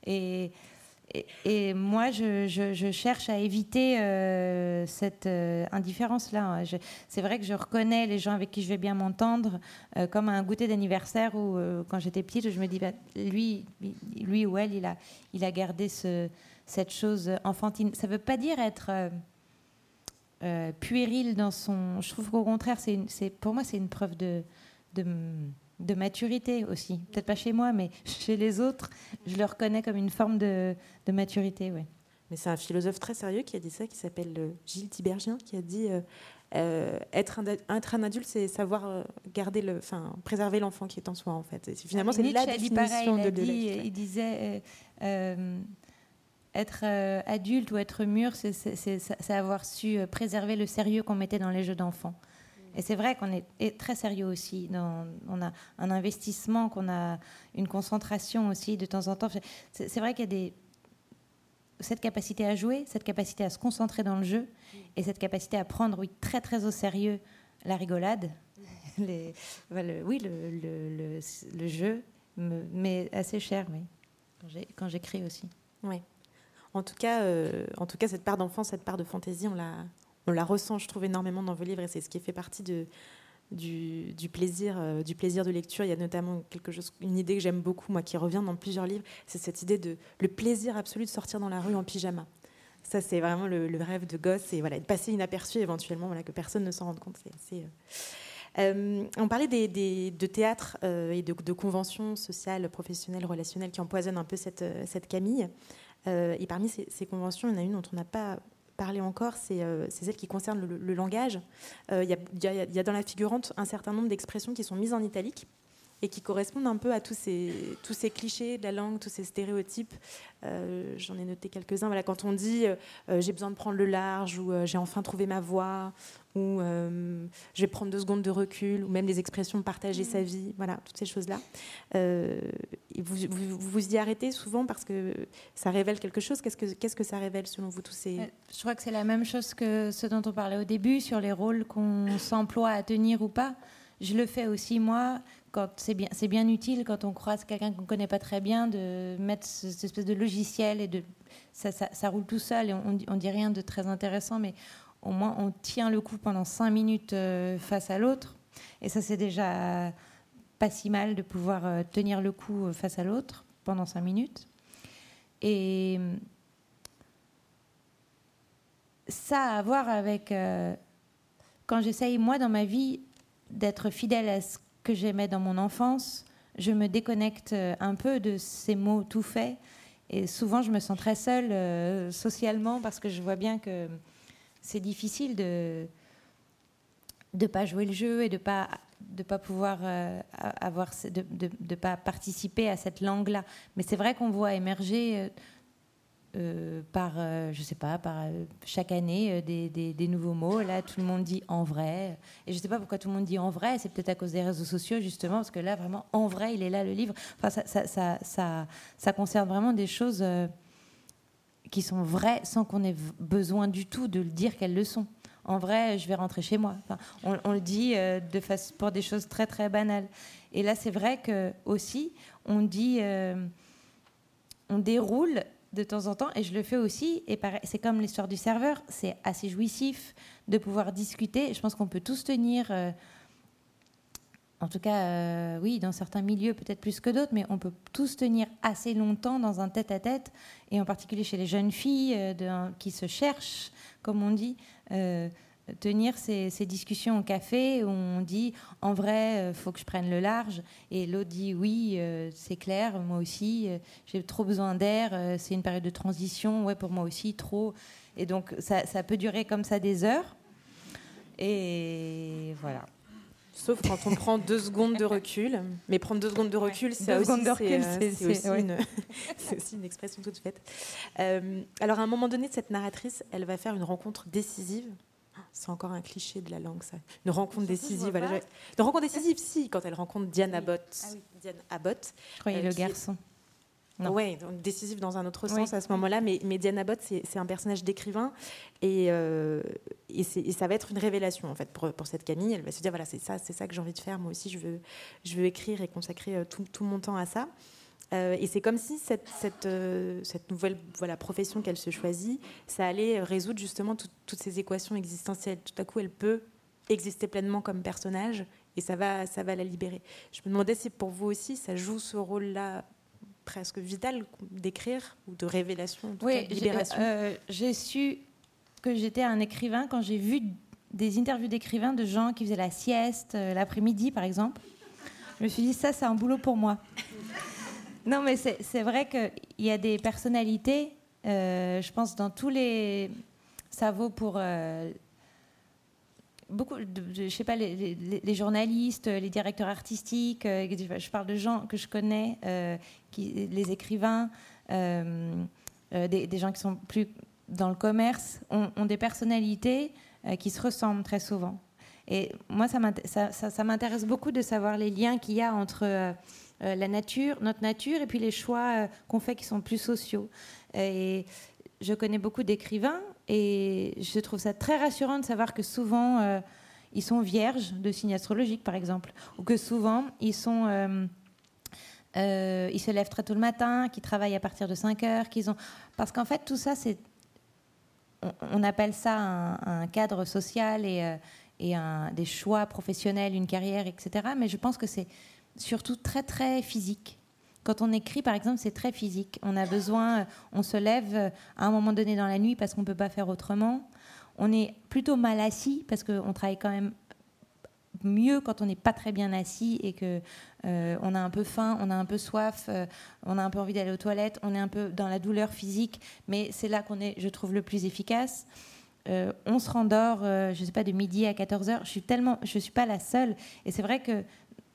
Et moi, je cherche à éviter cette indifférence-là. C'est vrai que je reconnais les gens avec qui je vais bien m'entendre, comme à un goûter d'anniversaire où, quand j'étais petite, je me dis, lui ou elle, il a gardé cette chose enfantine. Ça ne veut pas dire être puéril dans son... Je trouve qu'au contraire, pour moi, c'est une preuve de maturité aussi. Peut-être pas chez moi, mais chez les autres, je le reconnais comme une forme de maturité. Ouais. Mais c'est un philosophe très sérieux qui a dit ça, qui s'appelle Gilles Tiberghien, qui a dit être un adulte, c'est savoir préserver l'enfant qui est en soi, en fait. Finalement, c'est la définition de l'être. Il disait être adulte ou être mûr, c'est avoir su préserver le sérieux qu'on mettait dans les jeux d'enfants. Et c'est vrai qu'on est très sérieux aussi. On a un investissement, qu'on a une concentration aussi de temps en temps. C'est vrai qu'il y a cette capacité à jouer, cette capacité à se concentrer dans le jeu et cette capacité à prendre, très très au sérieux la rigolade, le jeu, mais assez cher, oui, quand j'écris aussi. Oui. En tout cas, cette part d'enfance, cette part de fantaisie, on la ressent, je trouve, énormément dans vos livres, et c'est ce qui fait partie du plaisir de lecture. Il y a notamment une idée que j'aime beaucoup, moi, qui revient dans plusieurs livres, c'est cette idée de le plaisir absolu de sortir dans la rue en pyjama. Ça, c'est vraiment le rêve de gosse, et voilà, de passer inaperçu éventuellement, que personne ne s'en rende compte. On parlait de théâtre et de conventions sociales, professionnelles, relationnelles qui empoisonnent un peu cette Camille. Et parmi ces conventions, il y en a une dont on n'a pas parlé encore, c'est celle qui concerne le langage. Il y a dans la figurante un certain nombre d'expressions qui sont mises en italique et qui correspondent un peu à tous ces clichés de la langue, tous ces stéréotypes. J'en ai noté quelques-uns. Voilà, quand on dit j'ai besoin de prendre le large, ou j'ai enfin trouvé ma voie, ou je vais prendre 2 secondes de recul, ou même les expressions partager sa vie, voilà, toutes ces choses-là. Et vous y arrêtez souvent parce que ça révèle quelque chose. Qu'est-ce que ça révèle selon vous, tous ces... Je crois que c'est la même chose que ce dont on parlait au début, sur les rôles qu'on s'emploie à tenir ou pas. Je le fais aussi, moi, quand c'est bien utile, quand on croise quelqu'un qu'on ne connaît pas très bien, de mettre cette espèce de logiciel, et ça roule tout seul, et on dit rien de très intéressant, mais au moins on tient le coup pendant 5 minutes face à l'autre. Et ça, c'est déjà pas si mal de pouvoir tenir le coup face à l'autre pendant 5 minutes. Et ça a à voir avec... quand j'essaye, moi, dans ma vie, d'être fidèle à ce que j'aimais dans mon enfance, je me déconnecte un peu de ces mots tout faits. Et souvent, je me sens très seule socialement, parce que je vois bien que c'est difficile de pas jouer le jeu et de pas pouvoir de pas participer à cette langue-là. Mais c'est vrai qu'on voit émerger par, je sais pas, par chaque année des nouveaux mots. Là, tout le monde dit en vrai. Et je sais pas pourquoi tout le monde dit en vrai. C'est peut-être à cause des réseaux sociaux, justement, parce que là, vraiment, en vrai, il est là, le livre. Enfin, ça concerne vraiment des choses qui sont vraies sans qu'on ait besoin du tout de le dire qu'elles le sont. En vrai, je vais rentrer chez moi. Enfin, on le dit pour des choses très, très banales. Et là, c'est vrai que aussi, on dit... on déroule de temps en temps, et je le fais aussi, et pareil, c'est comme l'histoire du serveur, c'est assez jouissif de pouvoir discuter. Je pense qu'on peut tous tenir, en tout cas, oui, dans certains milieux, peut-être plus que d'autres, mais on peut tous tenir assez longtemps dans un tête-à-tête, et en particulier chez les jeunes filles qui se cherchent, comme on dit, tenir ces discussions au café où on dit en vrai faut que je prenne le large, et l'autre dit oui, c'est clair, moi aussi j'ai trop besoin d'air, c'est une période de transition, ouais, pour moi aussi trop. Et donc ça peut durer comme ça des heures, et voilà. Sauf quand on prend 2 secondes de recul. Mais prendre 2 secondes de recul, c'est aussi une expression toute faite. Alors, à un moment donné, cette narratrice, elle va faire une rencontre décisive. C'est encore un cliché de la langue, ça. Une rencontre décisive. Une rencontre décisive, si, quand elle rencontre Diane Abbott. Ah oui. Diane Abbott. Je croyais le garçon. Oui, décisive dans un autre sens à ce moment-là, mais Diane Abbott, c'est un personnage d'écrivain, et ça va être une révélation en fait pour cette Camille. Elle va se dire voilà, c'est ça que j'ai envie de faire. Moi aussi, je veux écrire et consacrer tout mon temps à ça. Et c'est comme si cette nouvelle profession qu'elle se choisit, ça allait résoudre justement toutes ces équations existentielles. Tout à coup, elle peut exister pleinement comme personnage, et ça va la libérer. Je me demandais si pour vous aussi, ça joue ce rôle-là presque vital d'écrire, ou de révélation, en tout cas, de libération. J'ai su que j'étais un écrivain quand j'ai vu des interviews d'écrivains de gens qui faisaient la sieste l'après-midi, par exemple. Je me suis dit, ça, c'est un boulot pour moi. Non, mais c'est vrai qu'il y a des personnalités, je pense, dans tous les... Ça vaut pour... beaucoup, je sais pas, les journalistes, les directeurs artistiques, je parle de gens que je connais, les écrivains, des gens qui sont plus dans le commerce, ont des personnalités qui se ressemblent très souvent. Et moi, ça m'intéresse beaucoup de savoir les liens qu'il y a entre la nature, notre nature, et puis les choix qu'on fait qui sont plus sociaux. Et je connais beaucoup d'écrivains, et je trouve ça très rassurant de savoir que souvent, ils sont vierges de signes astrologiques, par exemple, ou que souvent, ils se lèvent très tôt le matin, qu'ils travaillent à partir de 5 heures, parce qu'en fait, tout ça, on appelle ça un cadre social et des choix professionnels, une carrière, etc. Mais je pense que c'est surtout très, très physique. Quand on écrit, par exemple, c'est très physique. On a besoin, on se lève à un moment donné dans la nuit parce qu'on ne peut pas faire autrement. On est plutôt mal assis parce qu'on travaille quand même mieux quand on n'est pas très bien assis et qu'on a un peu faim, on a un peu soif, on a un peu envie d'aller aux toilettes, on est un peu dans la douleur physique, mais c'est là qu'on est, je trouve, le plus efficace. On se rendort, je ne sais pas, de midi à 14h. Je suis pas la seule. Et c'est vrai que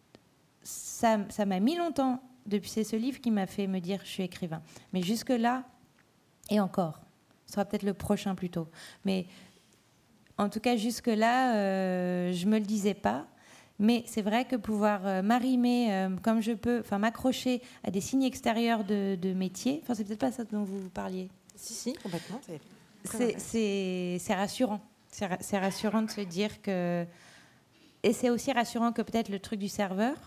ça m'a mis longtemps. Depuis, c'est ce livre qui m'a fait me dire je suis écrivain. Mais jusque-là, et encore, ce sera peut-être le prochain plutôt. Mais en tout cas, jusque-là, je ne me le disais pas. Mais c'est vrai que pouvoir m'arrimer comme je peux, m'accrocher à des signes extérieurs de métier, c'est peut-être pas ça dont vous parliez. Si, complètement. C'est rassurant. C'est rassurant de se dire que... Et c'est aussi rassurant que peut-être le truc du serveur,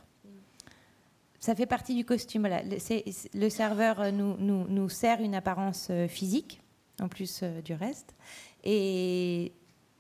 ça fait partie du costume. Voilà. Le serveur nous sert une apparence physique, en plus du reste. Et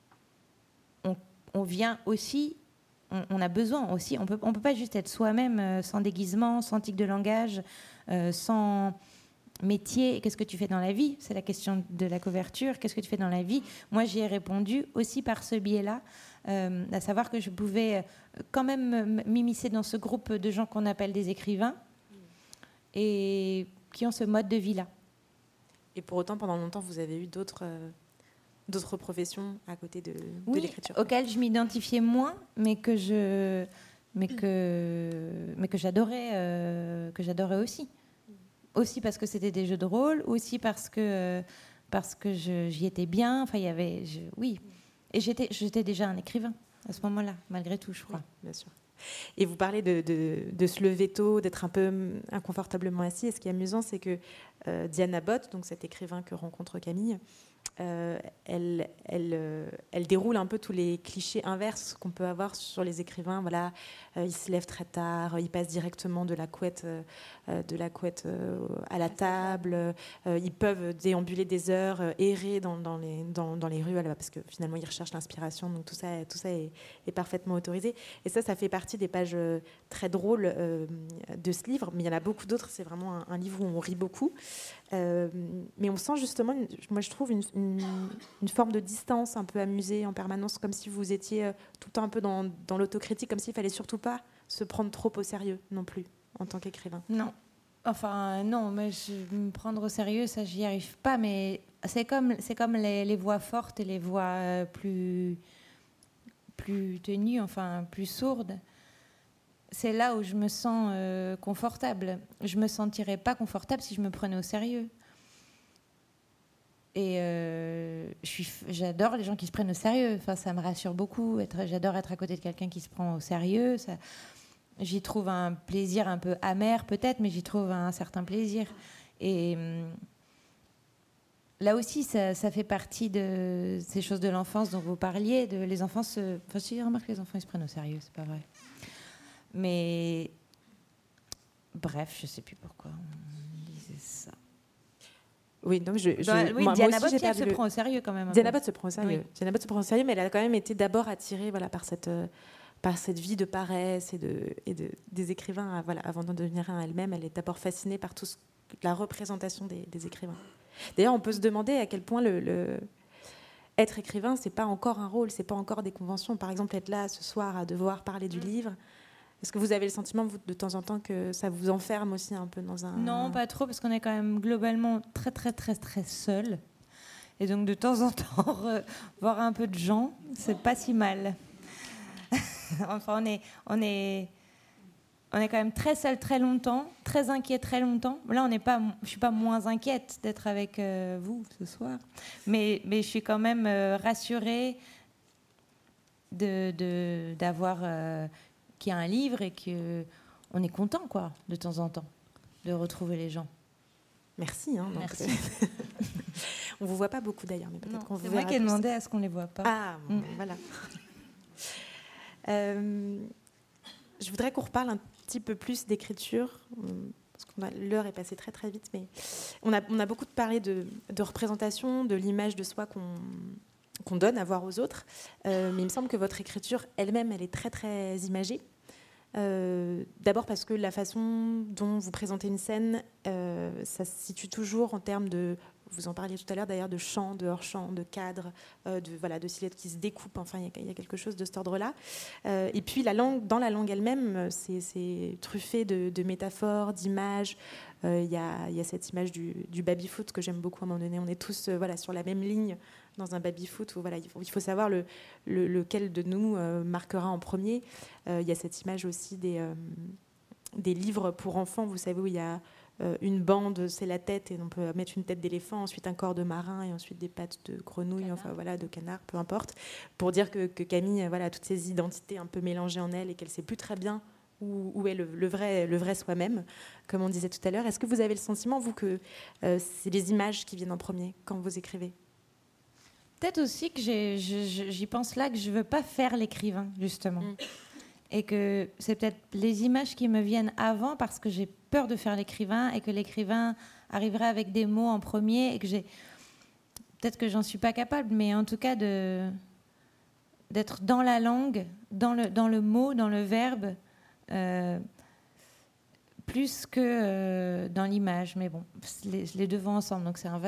on vient aussi... On a besoin aussi... On peut pas juste être soi-même sans déguisement, sans tic de langage, sans... métier, qu'est-ce que tu fais dans la vie? C'est la question de la couverture. Qu'est-ce que tu fais dans la vie? Moi, j'y ai répondu aussi par ce biais-là, à savoir que je pouvais quand même m'immiscer dans ce groupe de gens qu'on appelle des écrivains et qui ont ce mode de vie-là. Et pour autant, pendant longtemps, vous avez eu d'autres professions à côté de l'écriture? Auxquelles je m'identifiais moins, mais que j'adorais aussi. aussi parce que c'était des jeux de rôle, aussi parce que j'y étais bien. Enfin, il y avait, oui. Et j'étais déjà un écrivain à ce moment-là, malgré tout, je crois. Oui, bien sûr. Et vous parlez de se lever tôt, d'être un peu inconfortablement assis. Et ce qui est amusant, c'est que Diana Bott, donc cet écrivain que rencontre Camille, elle déroule un peu tous les clichés inverses qu'on peut avoir sur les écrivains. Voilà, ils se lèvent très tard, ils passent directement de la couette à la table, ils peuvent déambuler des heures, errer dans les rues, parce que finalement ils recherchent l'inspiration. Donc tout ça est parfaitement autorisé. Et ça fait partie des pages très drôles de ce livre. Mais il y en a beaucoup d'autres. C'est vraiment un livre où on rit beaucoup. Mais on sent justement, moi je trouve, une forme de distance un peu amusée en permanence, comme si vous étiez tout le temps un peu dans l'autocritique, comme s'il fallait surtout pas se prendre trop au sérieux non plus en tant qu'écrivain. Non, enfin non, mais me prendre au sérieux, ça j'y arrive pas. Mais c'est comme les voix fortes et les voix plus tenues, enfin plus sourdes. C'est là où je me sens confortable. Je me sentirais pas confortable si je me prenais au sérieux. Et j'adore les gens qui se prennent au sérieux. Enfin, ça me rassure beaucoup. J'adore être à côté de quelqu'un qui se prend au sérieux. J'y trouve un plaisir un peu amer peut-être, mais j'y trouve un certain plaisir. Et là aussi, ça fait partie de ces choses de l'enfance dont vous parliez. Les enfants Enfin, si, remarque, les enfants, ils se prennent au sérieux, c'est pas vrai. Mais bref, je ne sais plus pourquoi on disait ça. Oui, donc Diana Bott, elle se prend au sérieux quand même. Diana Bott se prend au sérieux. Oui. Diana Bott se prend au sérieux, mais elle a quand même été d'abord attirée par cette vie de paresse des écrivains. Avant d'en devenir un elle-même, elle est d'abord fascinée par la représentation des écrivains. D'ailleurs, on peut se demander à quel point être écrivain, c'est pas encore un rôle, c'est pas encore des conventions. Par exemple, être là ce soir à devoir parler du livre. Est-ce que vous avez le sentiment, vous, de temps en temps, que ça vous enferme aussi un peu dans un... Non, pas trop, parce qu'on est quand même globalement très, très, très, très seuls. Et donc, de temps en temps, voir un peu de gens, c'est pas si mal. Enfin, on est quand même très seuls très longtemps, très inquiets très longtemps. Là, je suis pas moins inquiète d'être avec vous ce soir, mais je suis quand même rassurée d'avoir... qu'il y a un livre et qu'on est content, quoi, de temps en temps, de retrouver les gens. Merci. Merci. On ne vous voit pas beaucoup d'ailleurs, mais peut-être qu'on vous verra. C'est moi qui ai demandé à ce qu'on ne les voit pas. Ah, voilà. Je voudrais qu'on reparle un petit peu plus d'écriture, parce que l'heure est passée très très vite, mais on a beaucoup parlé de représentation, de l'image de soi qu'on donne à voir aux autres, mais il me semble que votre écriture elle-même, elle est très très imagée. D'abord parce que la façon dont vous présentez une scène, ça se situe toujours en termes de, vous en parliez tout à l'heure d'ailleurs, de chant, de hors-champ, de cadre, de silhouettes qui se découpent, enfin il y a quelque chose de cet ordre-là. Et puis dans la langue elle-même, c'est truffé de métaphores, d'images. Il y a cette image du baby-foot que j'aime beaucoup. À un moment donné, on est tous sur la même ligne dans un baby-foot où il faut savoir lequel de nous marquera en premier. Il y a cette image aussi des livres pour enfants, vous savez, où il y a une bande, c'est la tête, et on peut mettre une tête d'éléphant, ensuite un corps de marin, et ensuite des pattes de grenouille, de canard, peu importe, pour dire que Camille a toutes ces identités un peu mélangées en elle et qu'elle ne sait plus très bien où est le vrai soi-même, comme on disait tout à l'heure. Est-ce que vous avez le sentiment, vous, que c'est les images qui viennent en premier quand vous écrivez ? Peut-être aussi que j'y pense là, que je ne veux pas faire l'écrivain, justement. Et que c'est peut-être les images qui me viennent avant parce que j'ai peur de faire l'écrivain et que l'écrivain arriverait avec des mots en premier et que peut-être que j'en suis pas capable, mais en tout cas d'être dans la langue, dans le mot, dans le verbe, plus que dans l'image. Mais bon, les deux vont ensemble, donc c'est un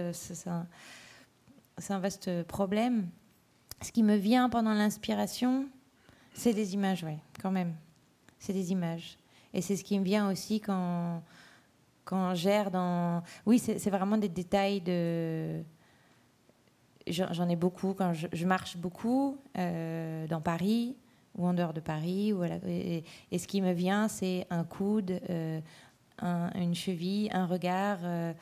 vaste problème. Ce qui me vient pendant l'inspiration, c'est des images, oui, quand même. C'est des images. Et c'est ce qui me vient aussi quand j'erre dans... Oui, c'est vraiment des détails de... J'en ai beaucoup quand je marche beaucoup dans Paris ou en dehors de Paris. Et ce qui me vient, c'est un coude, une cheville, un regard,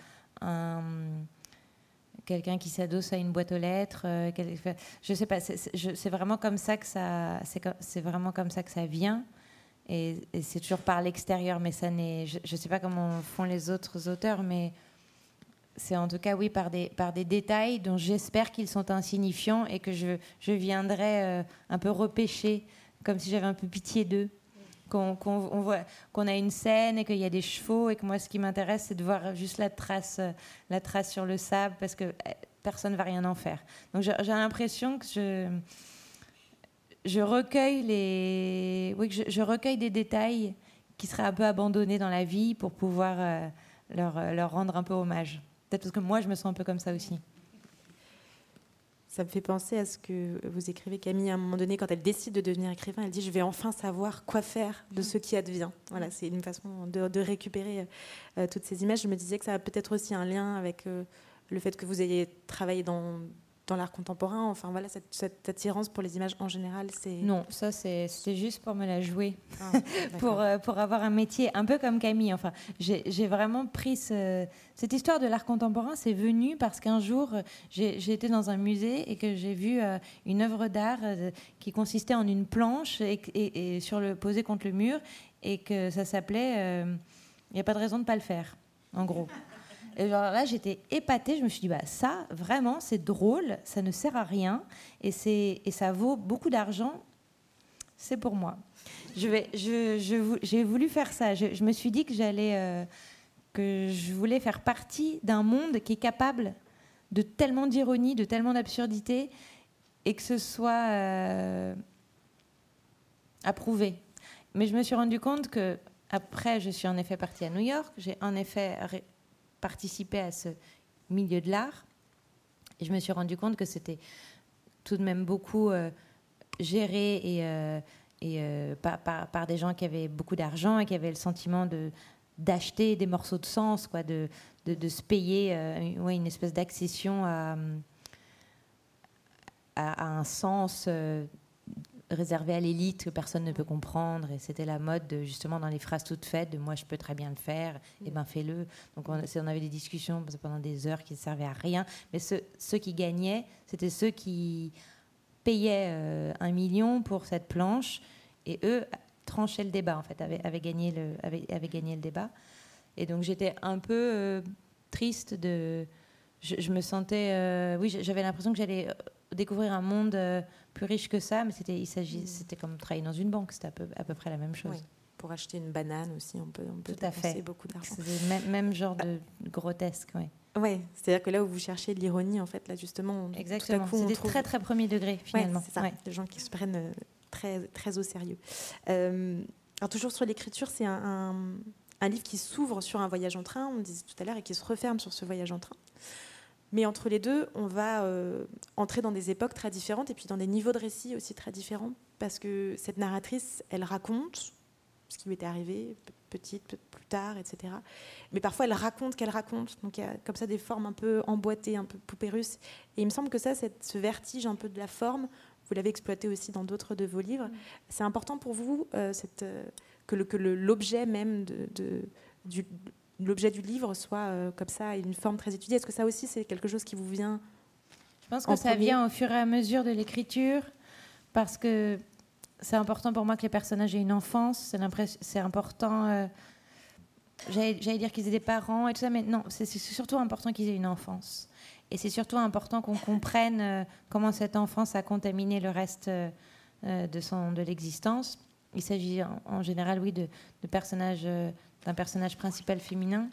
quelqu'un qui s'adosse à une boîte aux lettres. Je sais pas, c'est vraiment comme ça que ça, c'est vraiment comme ça que ça vient. Et c'est toujours par l'extérieur, mais ça n'est. Je ne sais pas comment font les autres auteurs, mais c'est en tout cas, oui, par des détails dont j'espère qu'ils sont insignifiants et que je viendrai un peu repêcher, comme si j'avais un peu pitié d'eux. Qu'on voit qu'on a une scène et qu'il y a des chevaux et que moi, ce qui m'intéresse, c'est de voir juste la trace sur le sable, parce que personne ne va rien en faire. Donc j'ai l'impression que je recueille je recueille des détails qui seraient un peu abandonnés dans la vie pour pouvoir leur rendre un peu hommage. Peut-être parce que moi, je me sens un peu comme ça aussi. Ça me fait penser à ce que vous écrivez, Camille, à un moment donné, quand elle décide de devenir écrivain, elle dit « Je vais enfin savoir quoi faire de ce qui advient ». Voilà, c'est une façon de récupérer toutes ces images. Je me disais que ça a peut-être aussi un lien avec le fait que vous ayez travaillé dans l'art contemporain. Enfin, voilà, cette attirance pour les images en général, c'est... Non, ça, c'est juste pour me la jouer, pour avoir un métier un peu comme Camille. Enfin, j'ai vraiment pris cette histoire de l'art contemporain, c'est venu parce qu'un jour, j'ai été dans un musée et que j'ai vu une œuvre d'art qui consistait en une planche et posée contre le mur, et que ça s'appelait « Il n'y a pas de raison de ne pas le faire », en gros. Et genre là, j'étais épatée. Je me suis dit, ça, vraiment, c'est drôle, ça ne sert à rien, et ça vaut beaucoup d'argent. C'est pour moi. J'ai voulu faire ça. Je me suis dit que je voulais faire partie d'un monde qui est capable de tellement d'ironie, de tellement d'absurdité, et que ce soit approuvé. Mais je me suis rendu compte que après, je suis en effet partie à New York. J'ai en effet participer à ce milieu de l'art, et je me suis rendu compte que c'était tout de même beaucoup géré par des gens qui avaient beaucoup d'argent et qui avaient le sentiment d'acheter des morceaux de sens, quoi, de se payer une espèce d'accession à un sens réservé à l'élite que personne ne peut comprendre. Et c'était la mode, justement, dans les phrases toutes faites, de « moi, je peux très bien le faire, et ben fais-le ». Donc on avait des discussions pendant des heures qui ne servaient à rien. Mais ceux qui gagnaient, c'était ceux qui payaient 1 million pour cette planche, et eux tranchaient le débat, en fait, avaient gagné le débat. Et donc j'étais un peu triste je me sentais... j'avais l'impression que j'allais découvrir un monde plus riche que ça, mais c'était comme travailler dans une banque, c'était à peu près la même chose. Oui. Pour acheter une banane aussi, on peut tout à fait beaucoup d'argent. C'est le même genre de grotesque, oui. Ouais, c'est-à-dire que là où vous cherchez l'ironie, en fait, là justement, exactement. Tout à coup, c'est des très très premier degré finalement. Ouais, c'est ça. Des gens qui se prennent très très au sérieux. Alors toujours sur l'écriture, c'est un livre qui s'ouvre sur un voyage en train, on disait tout à l'heure, et qui se referme sur ce voyage en train. Mais entre les deux, on va entrer dans des époques très différentes et puis dans des niveaux de récit aussi très différents, parce que cette narratrice, elle raconte ce qui lui était arrivé, petite, plus tard, etc. Mais parfois, elle raconte qu'elle raconte. Donc, il y a comme ça des formes un peu emboîtées, un peu poupées russes. Et il me semble que ce vertige un peu de la forme, vous l'avez exploité aussi dans d'autres de vos livres. C'est important pour vous que l'objet même l'objet du livre soit comme ça, une forme très étudiée. Est-ce que ça aussi, c'est quelque chose qui vous vient? Je pense que ça vient au fur et à mesure de l'écriture, parce que c'est important pour moi que les personnages aient une enfance. C'est important. J'allais dire qu'ils aient des parents et tout ça, mais non, c'est surtout important qu'ils aient une enfance. Et c'est surtout important qu'on comprenne comment cette enfance a contaminé le reste de l'existence. Il s'agit en général, oui, d'un personnage principal féminin.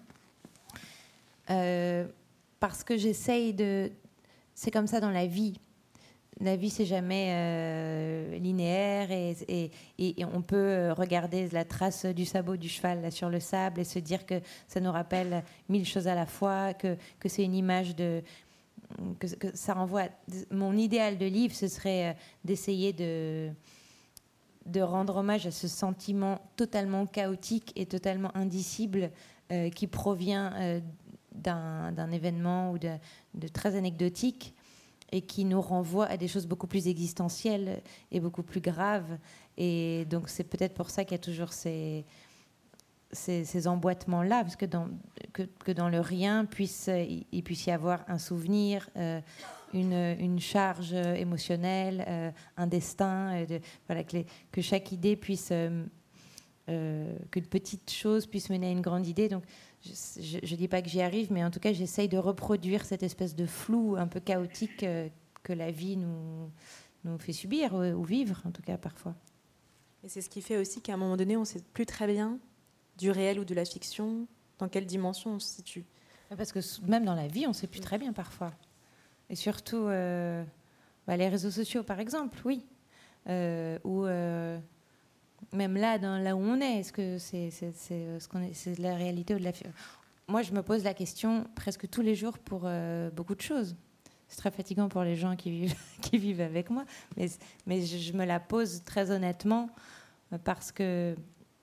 Parce que j'essaye de... C'est comme ça dans la vie. La vie, c'est jamais linéaire, et on peut regarder la trace du sabot du cheval là, sur le sable et se dire que ça nous rappelle 1000 choses à la fois, que c'est une image que ça renvoie... Mon idéal de livre, ce serait d'essayer de rendre hommage à ce sentiment totalement chaotique et totalement indicible qui provient d'un événement ou de très anecdotique, et qui nous renvoie à des choses beaucoup plus existentielles et beaucoup plus graves. Et donc c'est peut-être pour ça qu'il y a toujours ces emboîtements-là, parce que dans le rien il puisse y avoir un souvenir, une charge émotionnelle, un destin, voilà, que chaque idée puisse, qu'une petite chose puisse mener à une grande idée. Donc, je ne dis pas que j'y arrive, mais en tout cas, j'essaye de reproduire cette espèce de flou un peu chaotique que la vie nous fait subir ou vivre, en tout cas, parfois. Et c'est ce qui fait aussi qu'à un moment donné, on ne sait plus très bien du réel ou de la fiction, dans quelle dimension on se situe. Parce que même dans la vie, on ne sait plus très bien parfois. Et surtout, les réseaux sociaux, par exemple, oui. Ou même là où on est, est-ce que c'est la réalité ou de la fiction ? Moi, je me pose la question presque tous les jours pour beaucoup de choses. C'est très fatigant pour les gens qui vivent avec moi, mais je me la pose très honnêtement parce que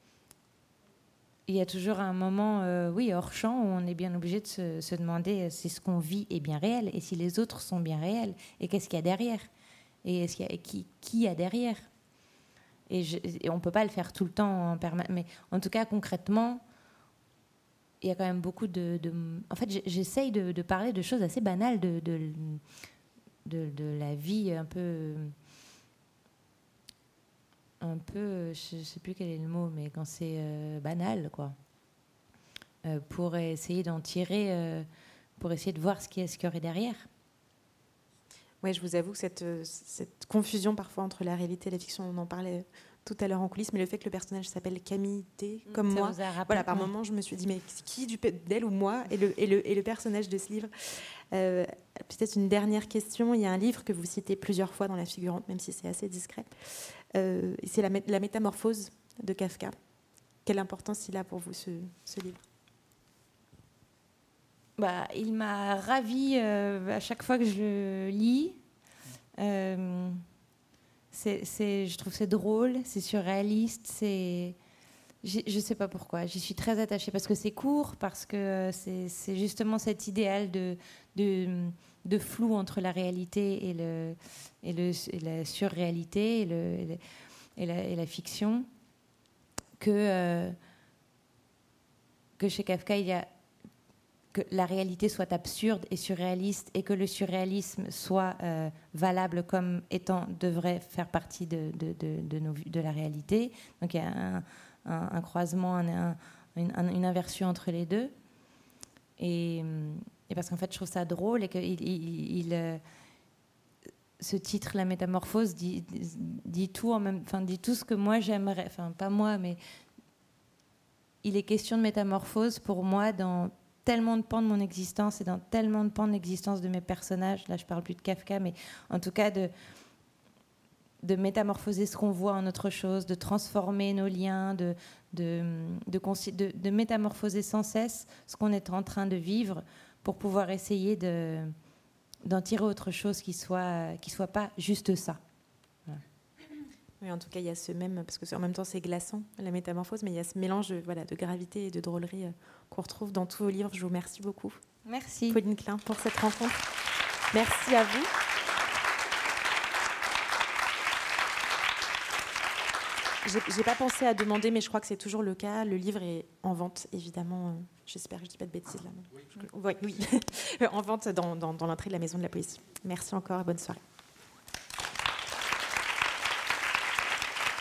il y a toujours un moment, hors champ, où on est bien obligé de se demander si ce qu'on vit est bien réel et si les autres sont bien réels et qu'est-ce qu'il y a derrière et qui y a derrière. Et on ne peut pas le faire tout le temps en permanence, mais en tout cas concrètement, il y a quand même beaucoup en fait, j'essaye de parler de choses assez banales de la vie un peu, je ne sais plus quel est le mot, mais quand c'est banal, quoi, pour essayer d'en tirer, pour essayer de voir ce qu'il y aurait derrière. Oui, je vous avoue que cette confusion parfois entre la réalité et la fiction, on en parlait tout à l'heure en coulisses, mais le fait que le personnage s'appelle Camille T, comme moi, voilà, par moment, je me suis dit, mais qui d'elle ou moi et le personnage de ce livre. Peut-être une dernière question. Il y a un livre que vous citez plusieurs fois dans La Figurante, même si c'est assez discret. C'est la Métamorphose de Kafka. Quelle importance il a pour vous, ce livre ? Il m'a ravie à chaque fois que je le lis. Je trouve que c'est drôle, c'est surréaliste, je ne sais pas pourquoi. J'y suis très attachée parce que c'est court, parce que c'est justement cet idéal de flou entre la réalité et la surréalité et la fiction que chez Kafka, il y a que la réalité soit absurde et surréaliste et que le surréalisme soit valable comme devrait faire partie de la réalité. Donc il y a un croisement, une inversion entre les deux. Et parce qu'en fait, je trouve ça drôle et que ce titre, La Métamorphose, dit tout dit tout ce que moi j'aimerais. Enfin, pas moi, mais il est question de métamorphose pour moi dans tellement de pans de mon existence et dans tellement de pans de l'existence de mes personnages. Là, je parle plus de Kafka, mais en tout cas de métamorphoser ce qu'on voit en autre chose, de transformer nos liens, de métamorphoser sans cesse ce qu'on est en train de vivre pour pouvoir essayer d'en tirer autre chose qui soit pas juste ça. Voilà. Oui, en tout cas, il y a ce même, parce que en même temps c'est glaçant, la métamorphose, mais il y a ce mélange de gravité et de drôlerie qu'on retrouve dans tous vos livres. Je vous remercie beaucoup. Merci. Pauline Klein pour cette rencontre. Merci à vous. J'ai pas pensé à demander, mais je crois que c'est toujours le cas. Le livre est en vente, évidemment. J'espère que je dis pas de bêtises là. Oui. En vente dans l'entrée de la Maison de la Poésie. Merci encore et bonne soirée.